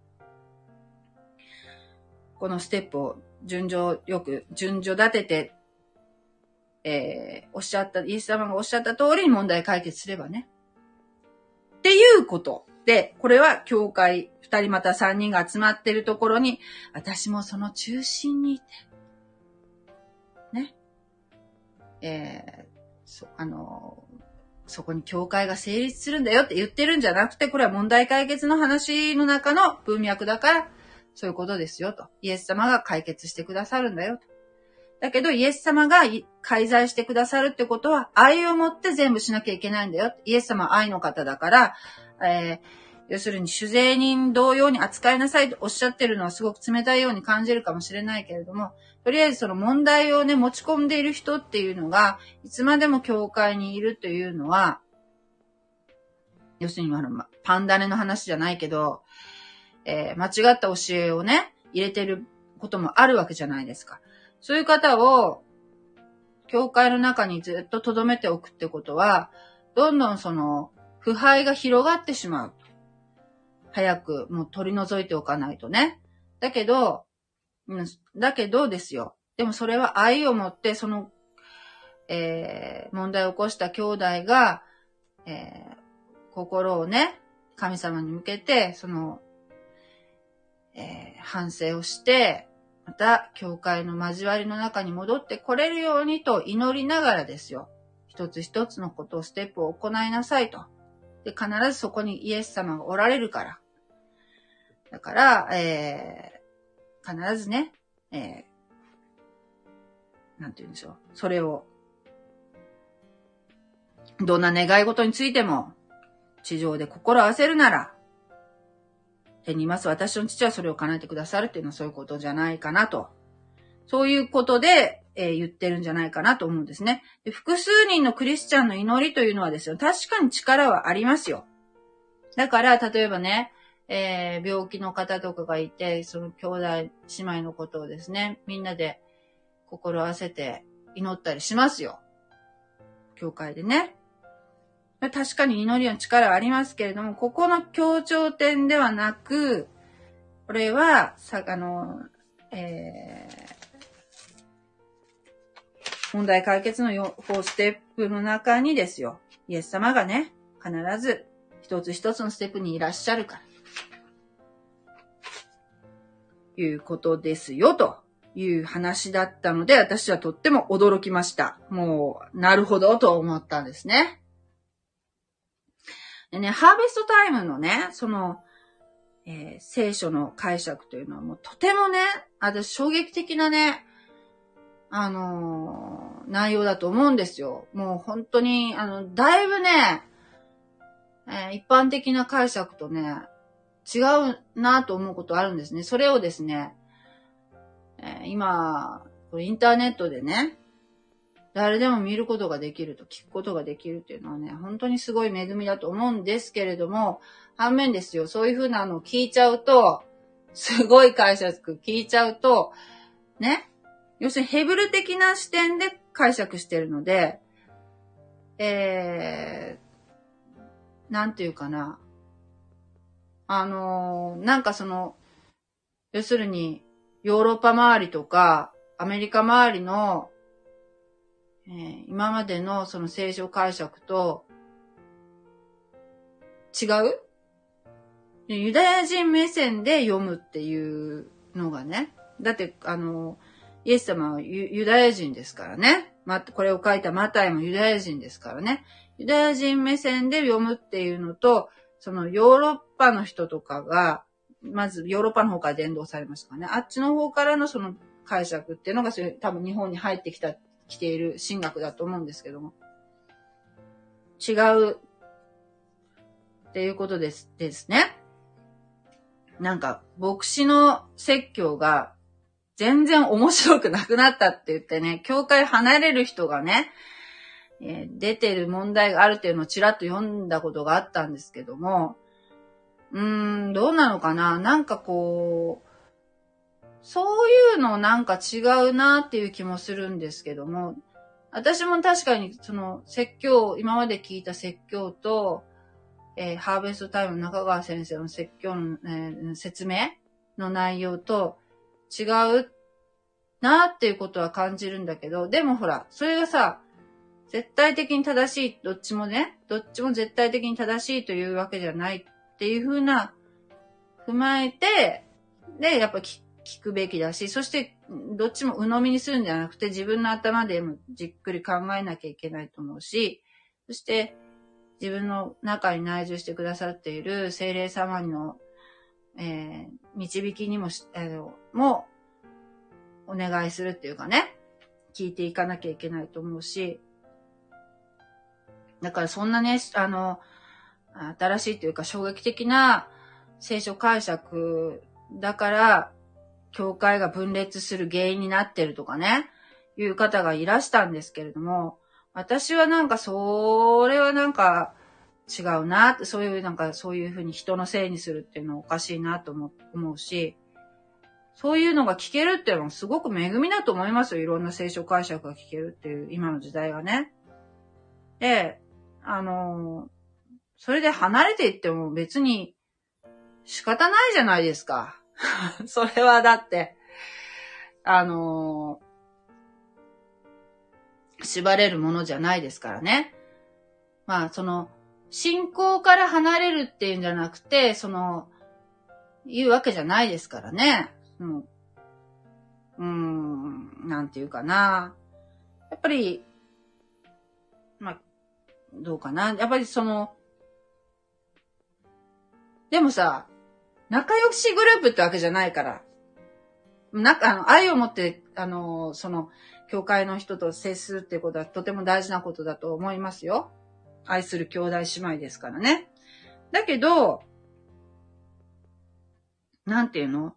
このステップを順序よく、順序立てて、えー、おっしゃった、イエス様がおっしゃった通りに問題解決すればね。っていうことで、これは教会二人また三人が集まってるところに、私もその中心にいて、ね。えー、そ、あの、そこに教会が成立するんだよって言ってるんじゃなくて、これは問題解決の話の中の文脈だから、そういうことですよと。イエス様が解決してくださるんだよと。だけど、イエス様が介在してくださるってことは、愛を持って全部しなきゃいけないんだよ。イエス様は愛の方だから、えー、要するに主税人同様に扱いなさいとおっしゃってるのはすごく冷たいように感じるかもしれないけれども、とりあえずその問題をね、持ち込んでいる人っていうのが、いつまでも教会にいるというのは、要するにあの、パンダネの話じゃないけど、えー、間違った教えをね、入れてることもあるわけじゃないですか。そういう方を、教会の中にずっと留めておくってことは、どんどんその、腐敗が広がってしまう。早くもう取り除いておかないとね。だけど、うん、だけどですよ。でもそれは愛を持って、その、えー、問題を起こした兄弟が、えー、心をね、神様に向けて、その、えー、反省をして、また、教会の交わりの中に戻ってこれるようにと祈りながらですよ。一つ一つのことを、ステップを行いなさいと。で、必ずそこにイエス様がおられるから。だから、えー、必ずね、えー、なんて言うんでしょう。それを、どんな願い事についても、地上で心を合わせるなら、天にいます私の父はそれを叶えてくださるっていうのはそういうことじゃないかなと。そういうことで、えー、言ってるんじゃないかなと思うんですね。で、複数人のクリスチャンの祈りというのはですよ、確かに力はありますよ。だから、例えばね、えー、病気の方とかがいて、その兄弟姉妹のことをですね、みんなで心合わせて祈ったりしますよ。教会でね。確かに祈りの力はありますけれども、ここの強調点ではなく、これは、さ、あの、えー、問題解決のよんステップの中にですよ、イエス様がね、必ず一つ一つのステップにいらっしゃるから、いうことですよ、という話だったので、私はとっても驚きました。もう、なるほど、と思ったんですね。でね、ハーベストタイムのね、その、 えー、聖書の解釈というのはもうとてもね、私衝撃的なね、あのー、内容だと思うんですよ。もう本当に、あの、だいぶね、えー、一般的な解釈とね、違うなと思うことあるんですね。それをですね、えー、今、インターネットでね、誰でも見ることができると、聞くことができるっていうのはね、本当にすごい恵みだと思うんですけれども、反面ですよ、そういうふうなのを聞いちゃうと、すごい解釈聞いちゃうと、ね、要するにヘブル的な視点で解釈してるので、えー、なんていうかな、あのー、なんかその、要するに、ヨーロッパ周りとか、アメリカ周りの、えー、今までのその聖書解釈と違う？ユダヤ人目線で読むっていうのがね。だって、あの、イエス様は ユ, ユダヤ人ですからね。ま、これを書いたマタイもユダヤ人ですからね。ユダヤ人目線で読むっていうのと、そのヨーロッパの人とかが、まずヨーロッパの方から伝道されましたからね。あっちの方からのその解釈っていうのが、それ多分日本に入ってきた、来ている神学だと思うんですけども。違うっていうことですですね。なんか、牧師の説教が全然面白くなくなったって言ってね、教会離れる人がね、えー、出てる問題があるっていうのをちらっと読んだことがあったんですけども、うーん、どうなのかな？なんかこう、そういうのなんか違うなっていう気もするんですけども、私も確かにその説教、今まで聞いた説教と、えー、ハーベストタイムの中川先生の説教の、えー、説明の内容と違うなっていうことは感じるんだけど、でもほら、それがさ、絶対的に正しい、どっちもね、どっちも絶対的に正しいというわけじゃないっていう風な、踏まえて、で、やっぱ聞くべきだし、そして、どっちも鵜呑みにするんじゃなくて、自分の頭でもじっくり考えなきゃいけないと思うし、そして、自分の中に内住してくださっている聖霊様の、えー、導きにも、えー、もお願いするっていうかね、聞いていかなきゃいけないと思うし、だからそんなね、あの、新しいというか衝撃的な聖書解釈だから、教会が分裂する原因になってるとかね、いう方がいらしたんですけれども、私はなんかそれはなんか違うなって、そういうなんかそういうふうに人のせいにするっていうのはおかしいなと思うし、そういうのが聞けるっていうのはすごく恵みだと思いますよ。いろんな聖書解釈が聞けるっていう今の時代はね。で、あの、それで離れていっても別に仕方ないじゃないですか。それはだって、あの、縛れるものじゃないですからね。まあ、その、信仰から離れるっていうんじゃなくて、その、言うわけじゃないですからね。うん、うーん、なんていうかな。やっぱり、まあ、どうかな。やっぱりその、でもさ、仲良しグループってわけじゃないから。なんか、あの、愛を持って、あの、その、教会の人と接するっていうことはとても大事なことだと思いますよ。愛する兄弟姉妹ですからね。だけど、なんていうの？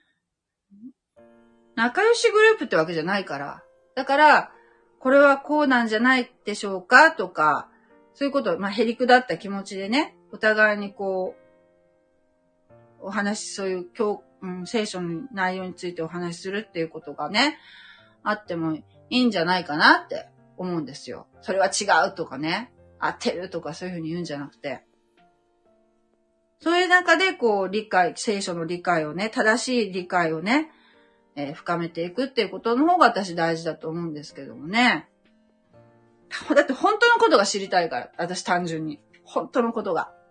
仲良しグループってわけじゃないから。だから、これはこうなんじゃないでしょうかとか、そういうことを、まあ、へりくだった気持ちでね、お互いにこう、お話、そういう教、うん、聖書の内容についてお話しするっていうことがね、あってもいいんじゃないかなって思うんですよ。それは違うとかね、合ってるとかそういうふうに言うんじゃなくて。そういう中でこう理解、聖書の理解をね、正しい理解をね、えー、深めていくっていうことの方が私大事だと思うんですけどもね。だって本当のことが知りたいから、私単純に。本当のことが。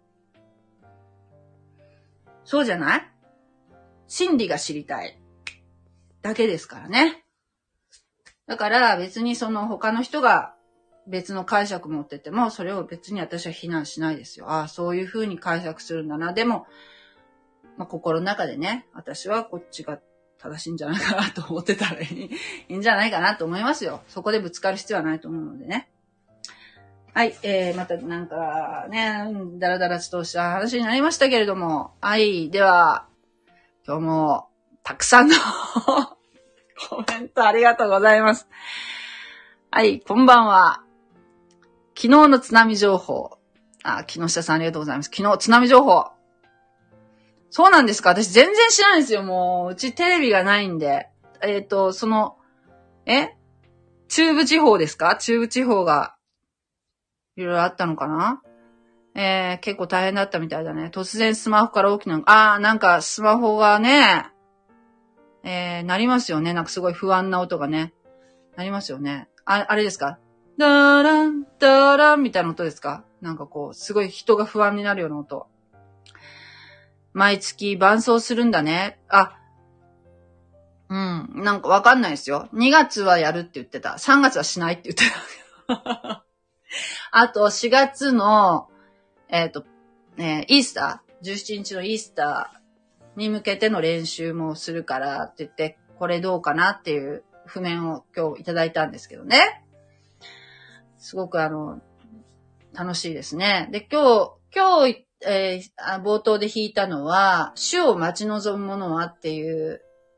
そうじゃない？真理が知りたい。だけですからね。だから別にその他の人が別の解釈持ってても、それを別に私は非難しないですよ。ああ、そういう風に解釈するんだな。でも、 まあ、心の中でね、私はこっちが正しいんじゃないかなと思ってたらいい、いいんじゃないかなと思いますよ。そこでぶつかる必要はないと思うのでね。はい、えー、またなんかね、だらだらとした話になりましたけれども、はい、では、今日もたくさんのコメントありがとうございます。はい、こんばんは。昨日の津波情報。あ、木下さんありがとうございます。昨日津波情報。そうなんですか？私全然知らないんですよ。もう、うちテレビがないんで。えっと、その、え中部地方ですか？中部地方が、いろいろあったのかな？えー、結構大変だったみたいだね。突然スマホから大きな、あー、なんかスマホがね、えー、なりますよね。なんかすごい不安な音がね。なりますよね。あ、あれですか？ダーラン、ダーランみたいな音ですか？なんかこう、すごい人が不安になるような音。毎月伴奏するんだね。あ、うん。なんかわかんないですよ。にがつはやるって言ってた。さんがつはしないって言ってた。あとしがつの、えっと、えー、イースター ?じゅうしちにちのイースターに向けての練習もするからって言って、これどうかなっていう譜面を今日いただいたんですけどね。すごくあの、楽しいですね。で、今日、今日、えー、冒頭で弾いたのは、主を待ち望む者はっていう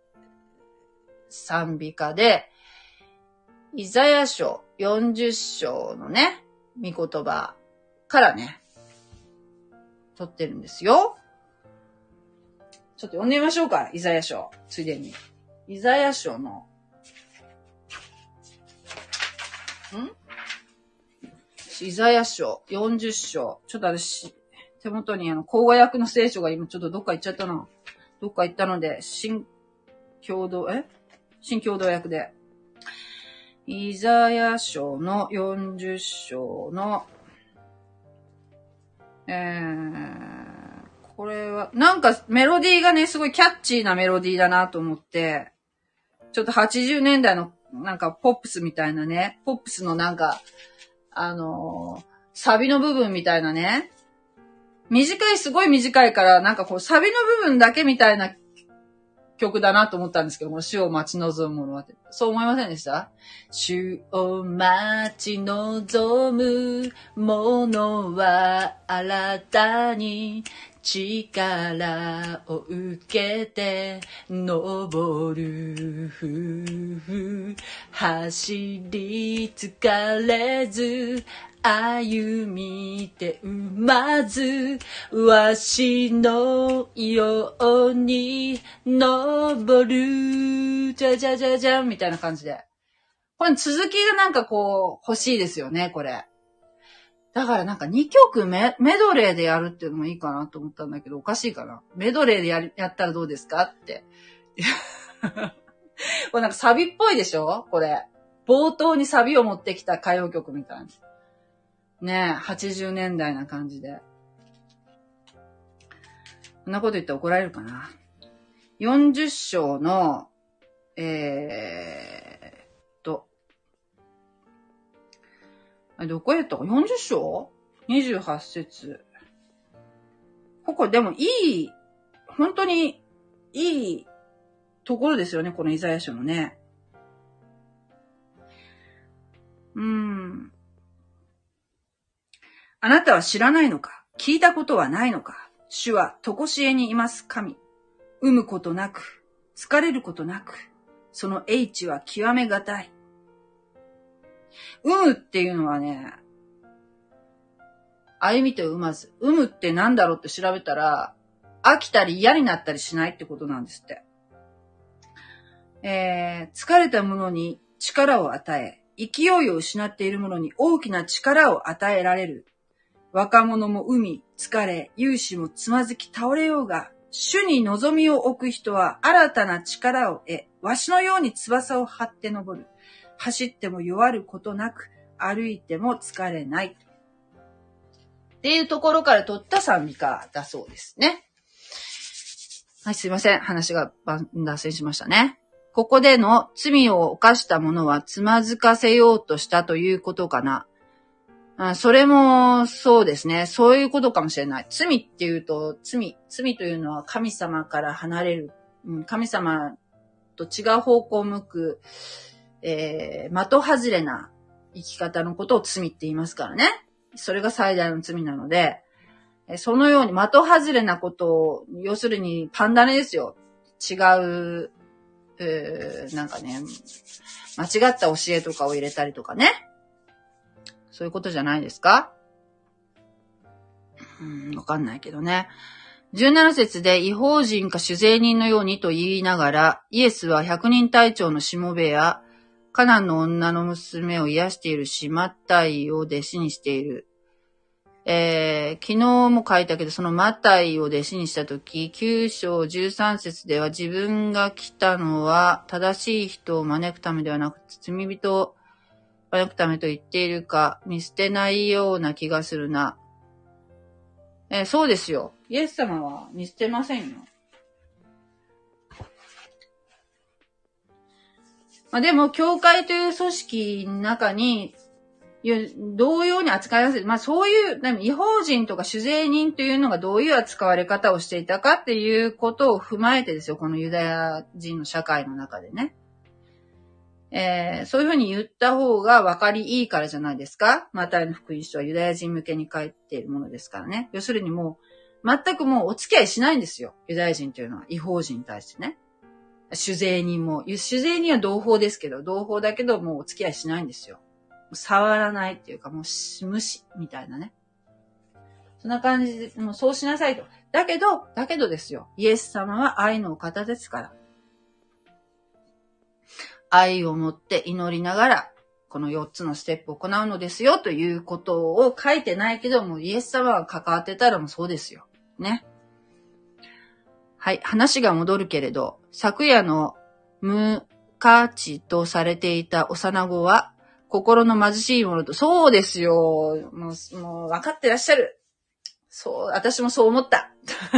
賛美歌で、イザヤ書よんじゅっ章のね、御言葉からね、取ってるんですよ。ちょっと読んでみましょうか、イザヤ書。ついでに。イザヤ書の、んイザヤ書よんじゅっ章。ちょっと私、手元にあの、口語訳の聖書が今ちょっとどっか行っちゃったな。どっか行ったので、新共同、え新共同訳で。イザヤ書のよんじゅっ章の、えー、これは、なんかメロディーがね、すごいキャッチーなメロディーだなと思って、ちょっとはちじゅうねんだいのなんかポップスみたいなね、ポップスのなんか、あのー、サビの部分みたいなね、短い、すごい短いから、なんかこう、サビの部分だけみたいな曲だなと思ったんですけども、主を待ち望むものはって。そう思いませんでした？主を待ち望むものは新たに力を受けて登る。走り疲れず歩みてうまずわしのように登るじゃじゃじゃじゃんみたいな感じで。これ続きがなんかこう欲しいですよね、これ。だからなんかにきょくメ、メドレーでやるっていうのもいいかなと思ったんだけど、おかしいかな。メドレーでやり、やったらどうですかって。これなんかサビっぽいでしょこれ。冒頭にサビを持ってきた歌謡曲みたいな。ねえ、はちじゅうねんだいな感じで。こんなこと言って怒られるかな。よんじゅっ章の、えーと、あ、どこやったか ?よんじゅっ 章 ?にじゅうはち 節。ここでもいい、本当にいいところですよね、このイザヤ書のね。うーん。あなたは知らないのか？聞いたことはないのか？主は常しえにいます神。産むことなく、疲れることなく、その英知は極めがたい。産むっていうのはね、歩みて産まず。産むってなんだろうって調べたら、飽きたり嫌になったりしないってことなんですって。えー、疲れた者に力を与え、勢いを失っている者に大きな力を与えられる。若者も産み、疲れ、勇士もつまずき倒れようが、主に望みを置く人は新たな力を得、わしのように翼を張って登る。走っても弱ることなく、歩いても疲れない。っていうところから取った賛美歌だそうですね。はい、すいません。話が脱線しましたね。ここでの罪を犯した者はつまずかせようとしたということかな。 あ、それも、そうですね。そういうことかもしれない。罪っていうと、罪、罪というのは神様から離れる。うん、神様と違う方向を向く、えー、的外れな生き方のことを罪って言いますからね。それが最大の罪なので、そのように的外れなことを、要するにパンダネですよ。違う、えー、なんかね、間違った教えとかを入れたりとかね。そういうことじゃないですか？うん、わかんないけどね。じゅうなな節で異邦人か酒税人のようにと言いながら、イエスは百人隊長のしもべや、カナンの女の娘を癒しているシマッタイを弟子にしている。えー、昨日も書いたけど、そのマタイを弟子にしたとき、きゅう章じゅうさん節では自分が来たのは正しい人を招くためではなく、罪人を招くためと言っているか、見捨てないような気がするな。えー、そうですよ。イエス様は見捨てませんよ。まあ、でも、教会という組織の中に、同様に扱いやすい。まあそういう、異邦人とか酒税人というのがどういう扱われ方をしていたかっていうことを踏まえてですよ、このユダヤ人の社会の中でね。えー、そういうふうに言った方が分かりいいからじゃないですか。マタイの福音書はユダヤ人向けに書いているものですからね。要するにもう、全くもうお付き合いしないんですよ。ユダヤ人というのは、異邦人に対してね。酒税人も、酒税人は同胞ですけど、同胞だけどもうお付き合いしないんですよ。触らないっていうか、もう無視みたいなね。そんな感じで、もうそうしなさいと。だけど、だけどですよ。イエス様は愛のお方ですから。愛を持って祈りながら、このよっつのステップを行うのですよということを書いてないけども、イエス様が関わってたらもうそうですよ。ね。はい、話が戻るけれど、昨夜の無価値とされていた幼子は、心の貧しいものと、そうですよ。もう、もう分かってらっしゃる。そう、私もそう思った。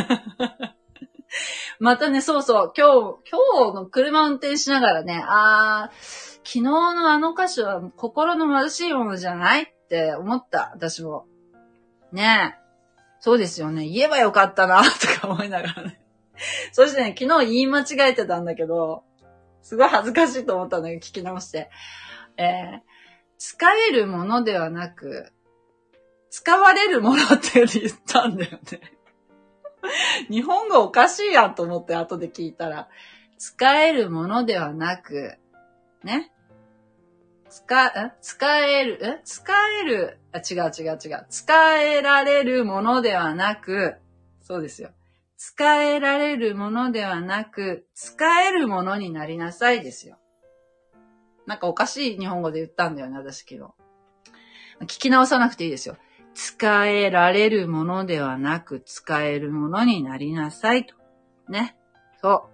またね、そうそう、今日、今日の車運転しながらね、あー、昨日のあの歌詞は心の貧しいものじゃないって思った、私も。ねえ。そうですよね。言えばよかったな、とか思いながらね。そしてね、昨日言い間違えてたんだけど、すごい恥ずかしいと思ったんだけど、聞き直して。えー使えるものではなく、使われるものって言ったんだよね。日本語おかしいやんと思って後で聞いたら、使えるものではなく、ね。使、使える、え使える、あ、違う違う違う。使えられるものではなく、そうですよ。使えられるものではなく、使えるものになりなさいですよ。なんかおかしい日本語で言ったんだよね、私昨日。聞き直さなくていいですよ。使えられるものではなく、使えるものになりなさいと。ね。そう。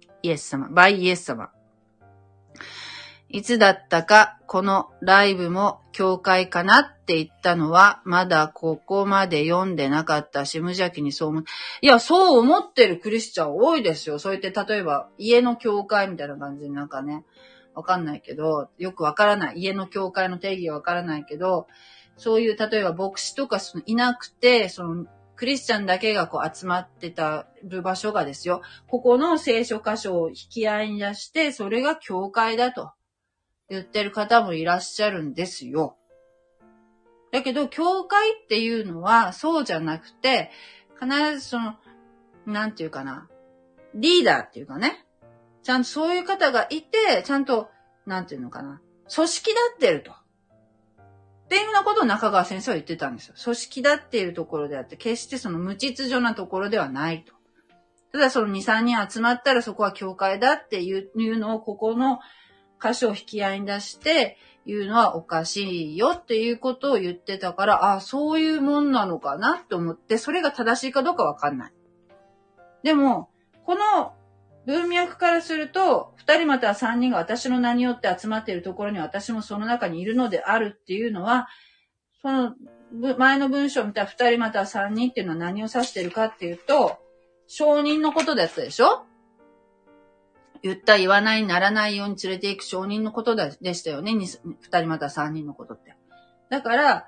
イエス様。バイイエス様。いつだったか、このライブも教会かなって言ったのは、まだここまで読んでなかったし、無邪気にそう思う。いや、そう思ってるクリスチャン多いですよ。そう言って、例えば、家の教会みたいな感じでなんかね、わかんないけど、よくわからない。家の教会の定義はわからないけど、そういう、例えば牧師とかそのいなくて、その、クリスチャンだけがこう集まってたる場所がですよ、ここの聖書箇所を引き合いに出して、それが教会だと言ってる方もいらっしゃるんですよ。だけど、教会っていうのはそうじゃなくて、必ずその、なんていうかな、リーダーっていうかね、ちゃんとそういう方がいて、ちゃんと、なんていうのかな、組織だってると。っていうようなことを中川先生は言ってたんですよ。組織だっているところであって、決してその無秩序なところではないと。ただそのに、さんにん集まったらそこは教会だっていうのをここの箇所を引き合いに出して言うのはおかしいよっていうことを言ってたから、ああ、そういうもんなのかなと思って、それが正しいかどうかわかんない。でも、この文脈からすると、二人または三人が私の名によって集まっているところに私もその中にいるのであるっていうのは、その前の文章を見た二人または三人っていうのは何を指しているかっていうと、証人のことだったでしょ？言った言わないならないように連れていく証人のことでしたよね。二人または三人のことって。だから、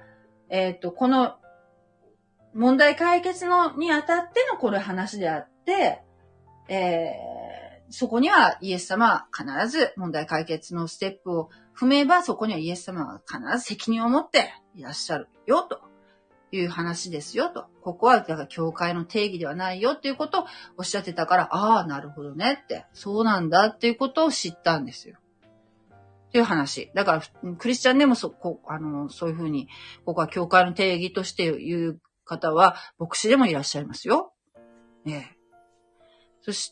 えっと、この問題解決のにあたってのこれ話であって、えー、そこにはイエス様は必ず問題解決のステップを踏めば、そこにはイエス様は必ず責任を持っていらっしゃるよ、という話ですよ、と。ここは、だから教会の定義ではないよ、っていうことをおっしゃってたから、ああ、なるほどねって、そうなんだっていうことを知ったんですよ。っていう話。だから、クリスチャンでもそ、こあの、そういうふうに、ここは教会の定義として言う方は、牧師でもいらっしゃいますよ。ええ。そして、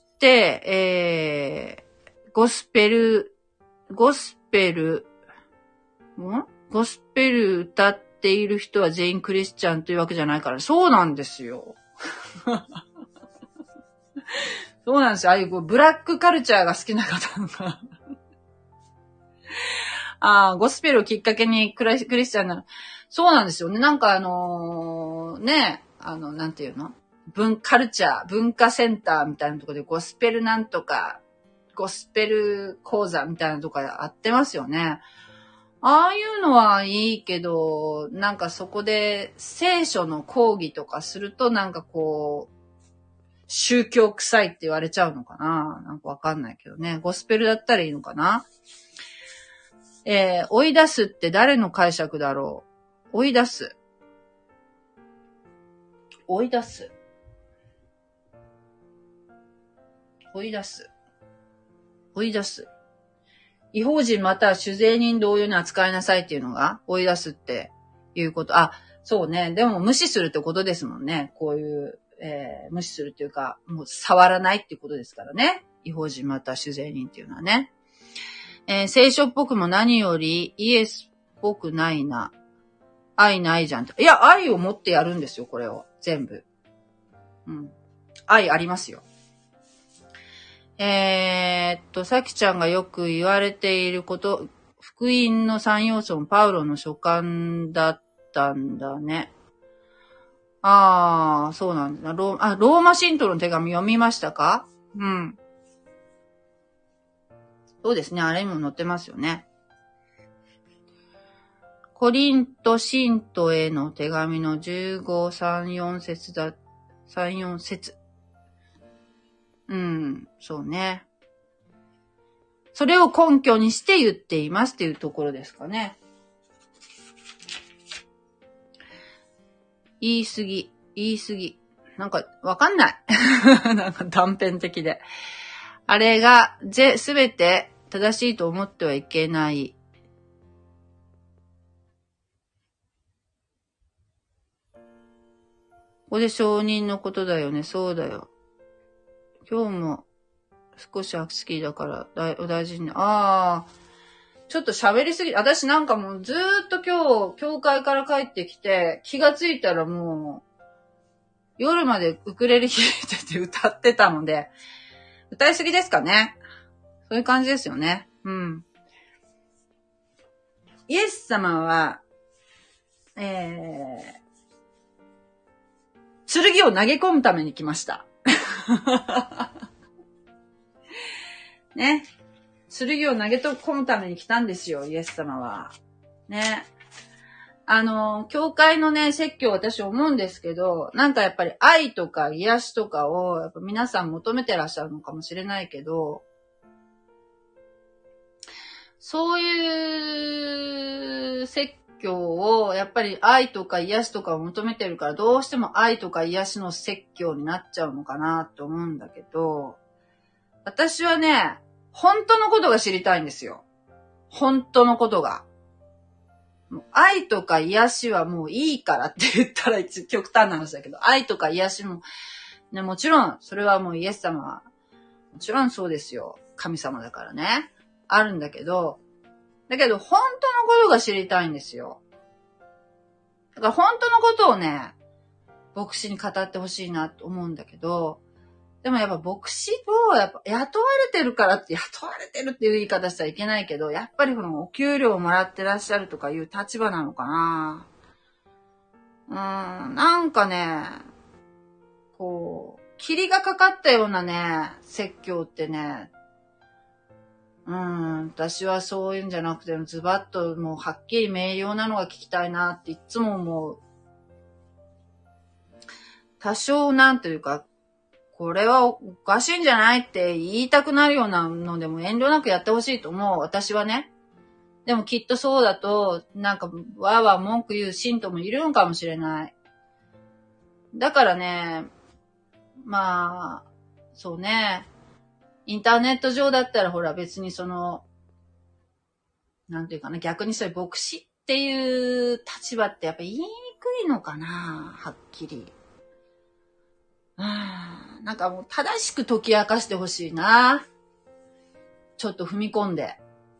えー、ゴスペル、ゴスペル、んゴスペル歌っている人は全員クリスチャンというわけじゃないから、そうなんですよ。そうなんですよ。ああいうブラックカルチャーが好きな方が。ああ、ゴスペルをきっかけにクリスチャンなの。そうなんですよね。なんかあのー、ね、あの、なんていうの文、カルチャー、文化センターみたいなところでゴスペルなんとか、ゴスペル講座みたいなところあってますよね。ああいうのはいいけど、なんかそこで聖書の講義とかするとなんかこう、宗教臭いって言われちゃうのかな？なんかわかんないけどね。ゴスペルだったらいいのかな？えー、追い出すって誰の解釈だろう？追い出す。追い出す。追い出す。追い出す。違法人または酒税人同様に扱いなさいっていうのが追い出すっていうこと。あ、そうね。でも無視するってことですもんね。こういう、えー、無視するっていうか、もう触らないっていうことですからね。違法人または酒税人っていうのはね。えー、聖書っぽくも何よりイエスっぽくないな。愛ないじゃんって。いや、愛を持ってやるんですよ、これを。全部。うん。愛ありますよ。えー、っと、さきちゃんがよく言われていること、福音の三要素もパウロの書簡だったんだね。あー、そうなんだ。ロー、あ、ローマ信徒の手紙読みましたか？うん。そうですね、あれにも載ってますよね。コリント信徒への手紙のじゅうご、さん、よん節だ、さん、よん節。うん、そうね。それを根拠にして言っていますっていうところですかね。言い過ぎ、言い過ぎ。なんか、わかんない。なんか断片的で。あれが、ぜ、すべて正しいと思ってはいけない。ここで承認のことだよね。そうだよ。今日も少し好きだから大、お大事に。ああ、ちょっと喋りすぎ。私なんかもうずーっと今日、教会から帰ってきて、気がついたらもう、夜までウクレレ弾いてて歌ってたので、歌いすぎですかね。そういう感じですよね。うん。イエス様は、えー、剣を投げ込むために来ました。ね。剣を投げ込むために来たんですよ、イエス様は。ね。あの、教会のね、説教私思うんですけど、なんかやっぱり愛とか癒しとかを、やっぱ皆さん求めてらっしゃるのかもしれないけど、そういう説教を、やっぱり愛とか癒しとかを求めてるから、どうしても愛とか癒しの説教になっちゃうのかなと思うんだけど、私はね、本当のことが知りたいんですよ。本当のことが。愛とか癒しはもういいからって言ったら一極端な話だけど、愛とか癒しも、ね、もちろん、それはもうイエス様は、もちろんそうですよ。神様だからね。あるんだけど、だけど本当のことが知りたいんですよ。だから本当のことをね、牧師に語ってほしいなと思うんだけど、でもやっぱ牧師をやっぱ雇われてるからって雇われてるっていう言い方したらいけないけど、やっぱりこのお給料をもらってらっしゃるとかいう立場なのかな。うーん、なんかね、こう、霧がかかったようなね、説教ってね、 うん、私はそういうんじゃなくて、ズバッともうはっきり明瞭なのが聞きたいなっていつも思う。多少なんというか、これはおかしいんじゃないって言いたくなるようなのでも遠慮なくやってほしいと思う。私はね。でもきっとそうだと、なんかわーわー文句言う信徒もいるのかもしれない。だからね、まあ、そうね。インターネット上だったらほら別にその、なんていうかな、逆にそういう牧師っていう立場ってやっぱ言いにくいのかな、はっきり。あなんかもう正しく解き明かしてほしいな。ちょっと踏み込んで。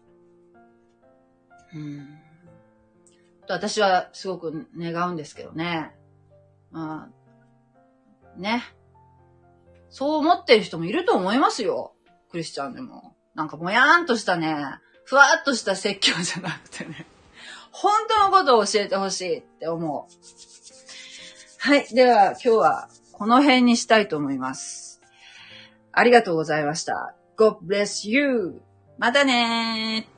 うん。と私はすごく願うんですけどね。まあ、ね。そう思ってる人もいると思いますよ。クリスチャンでも。なんかもやーんとしたね、ふわっとした説教じゃなくてね。本当のことを教えてほしいって思う。はい。では今日はこの辺にしたいと思います。ありがとうございました。God bless you! またねー。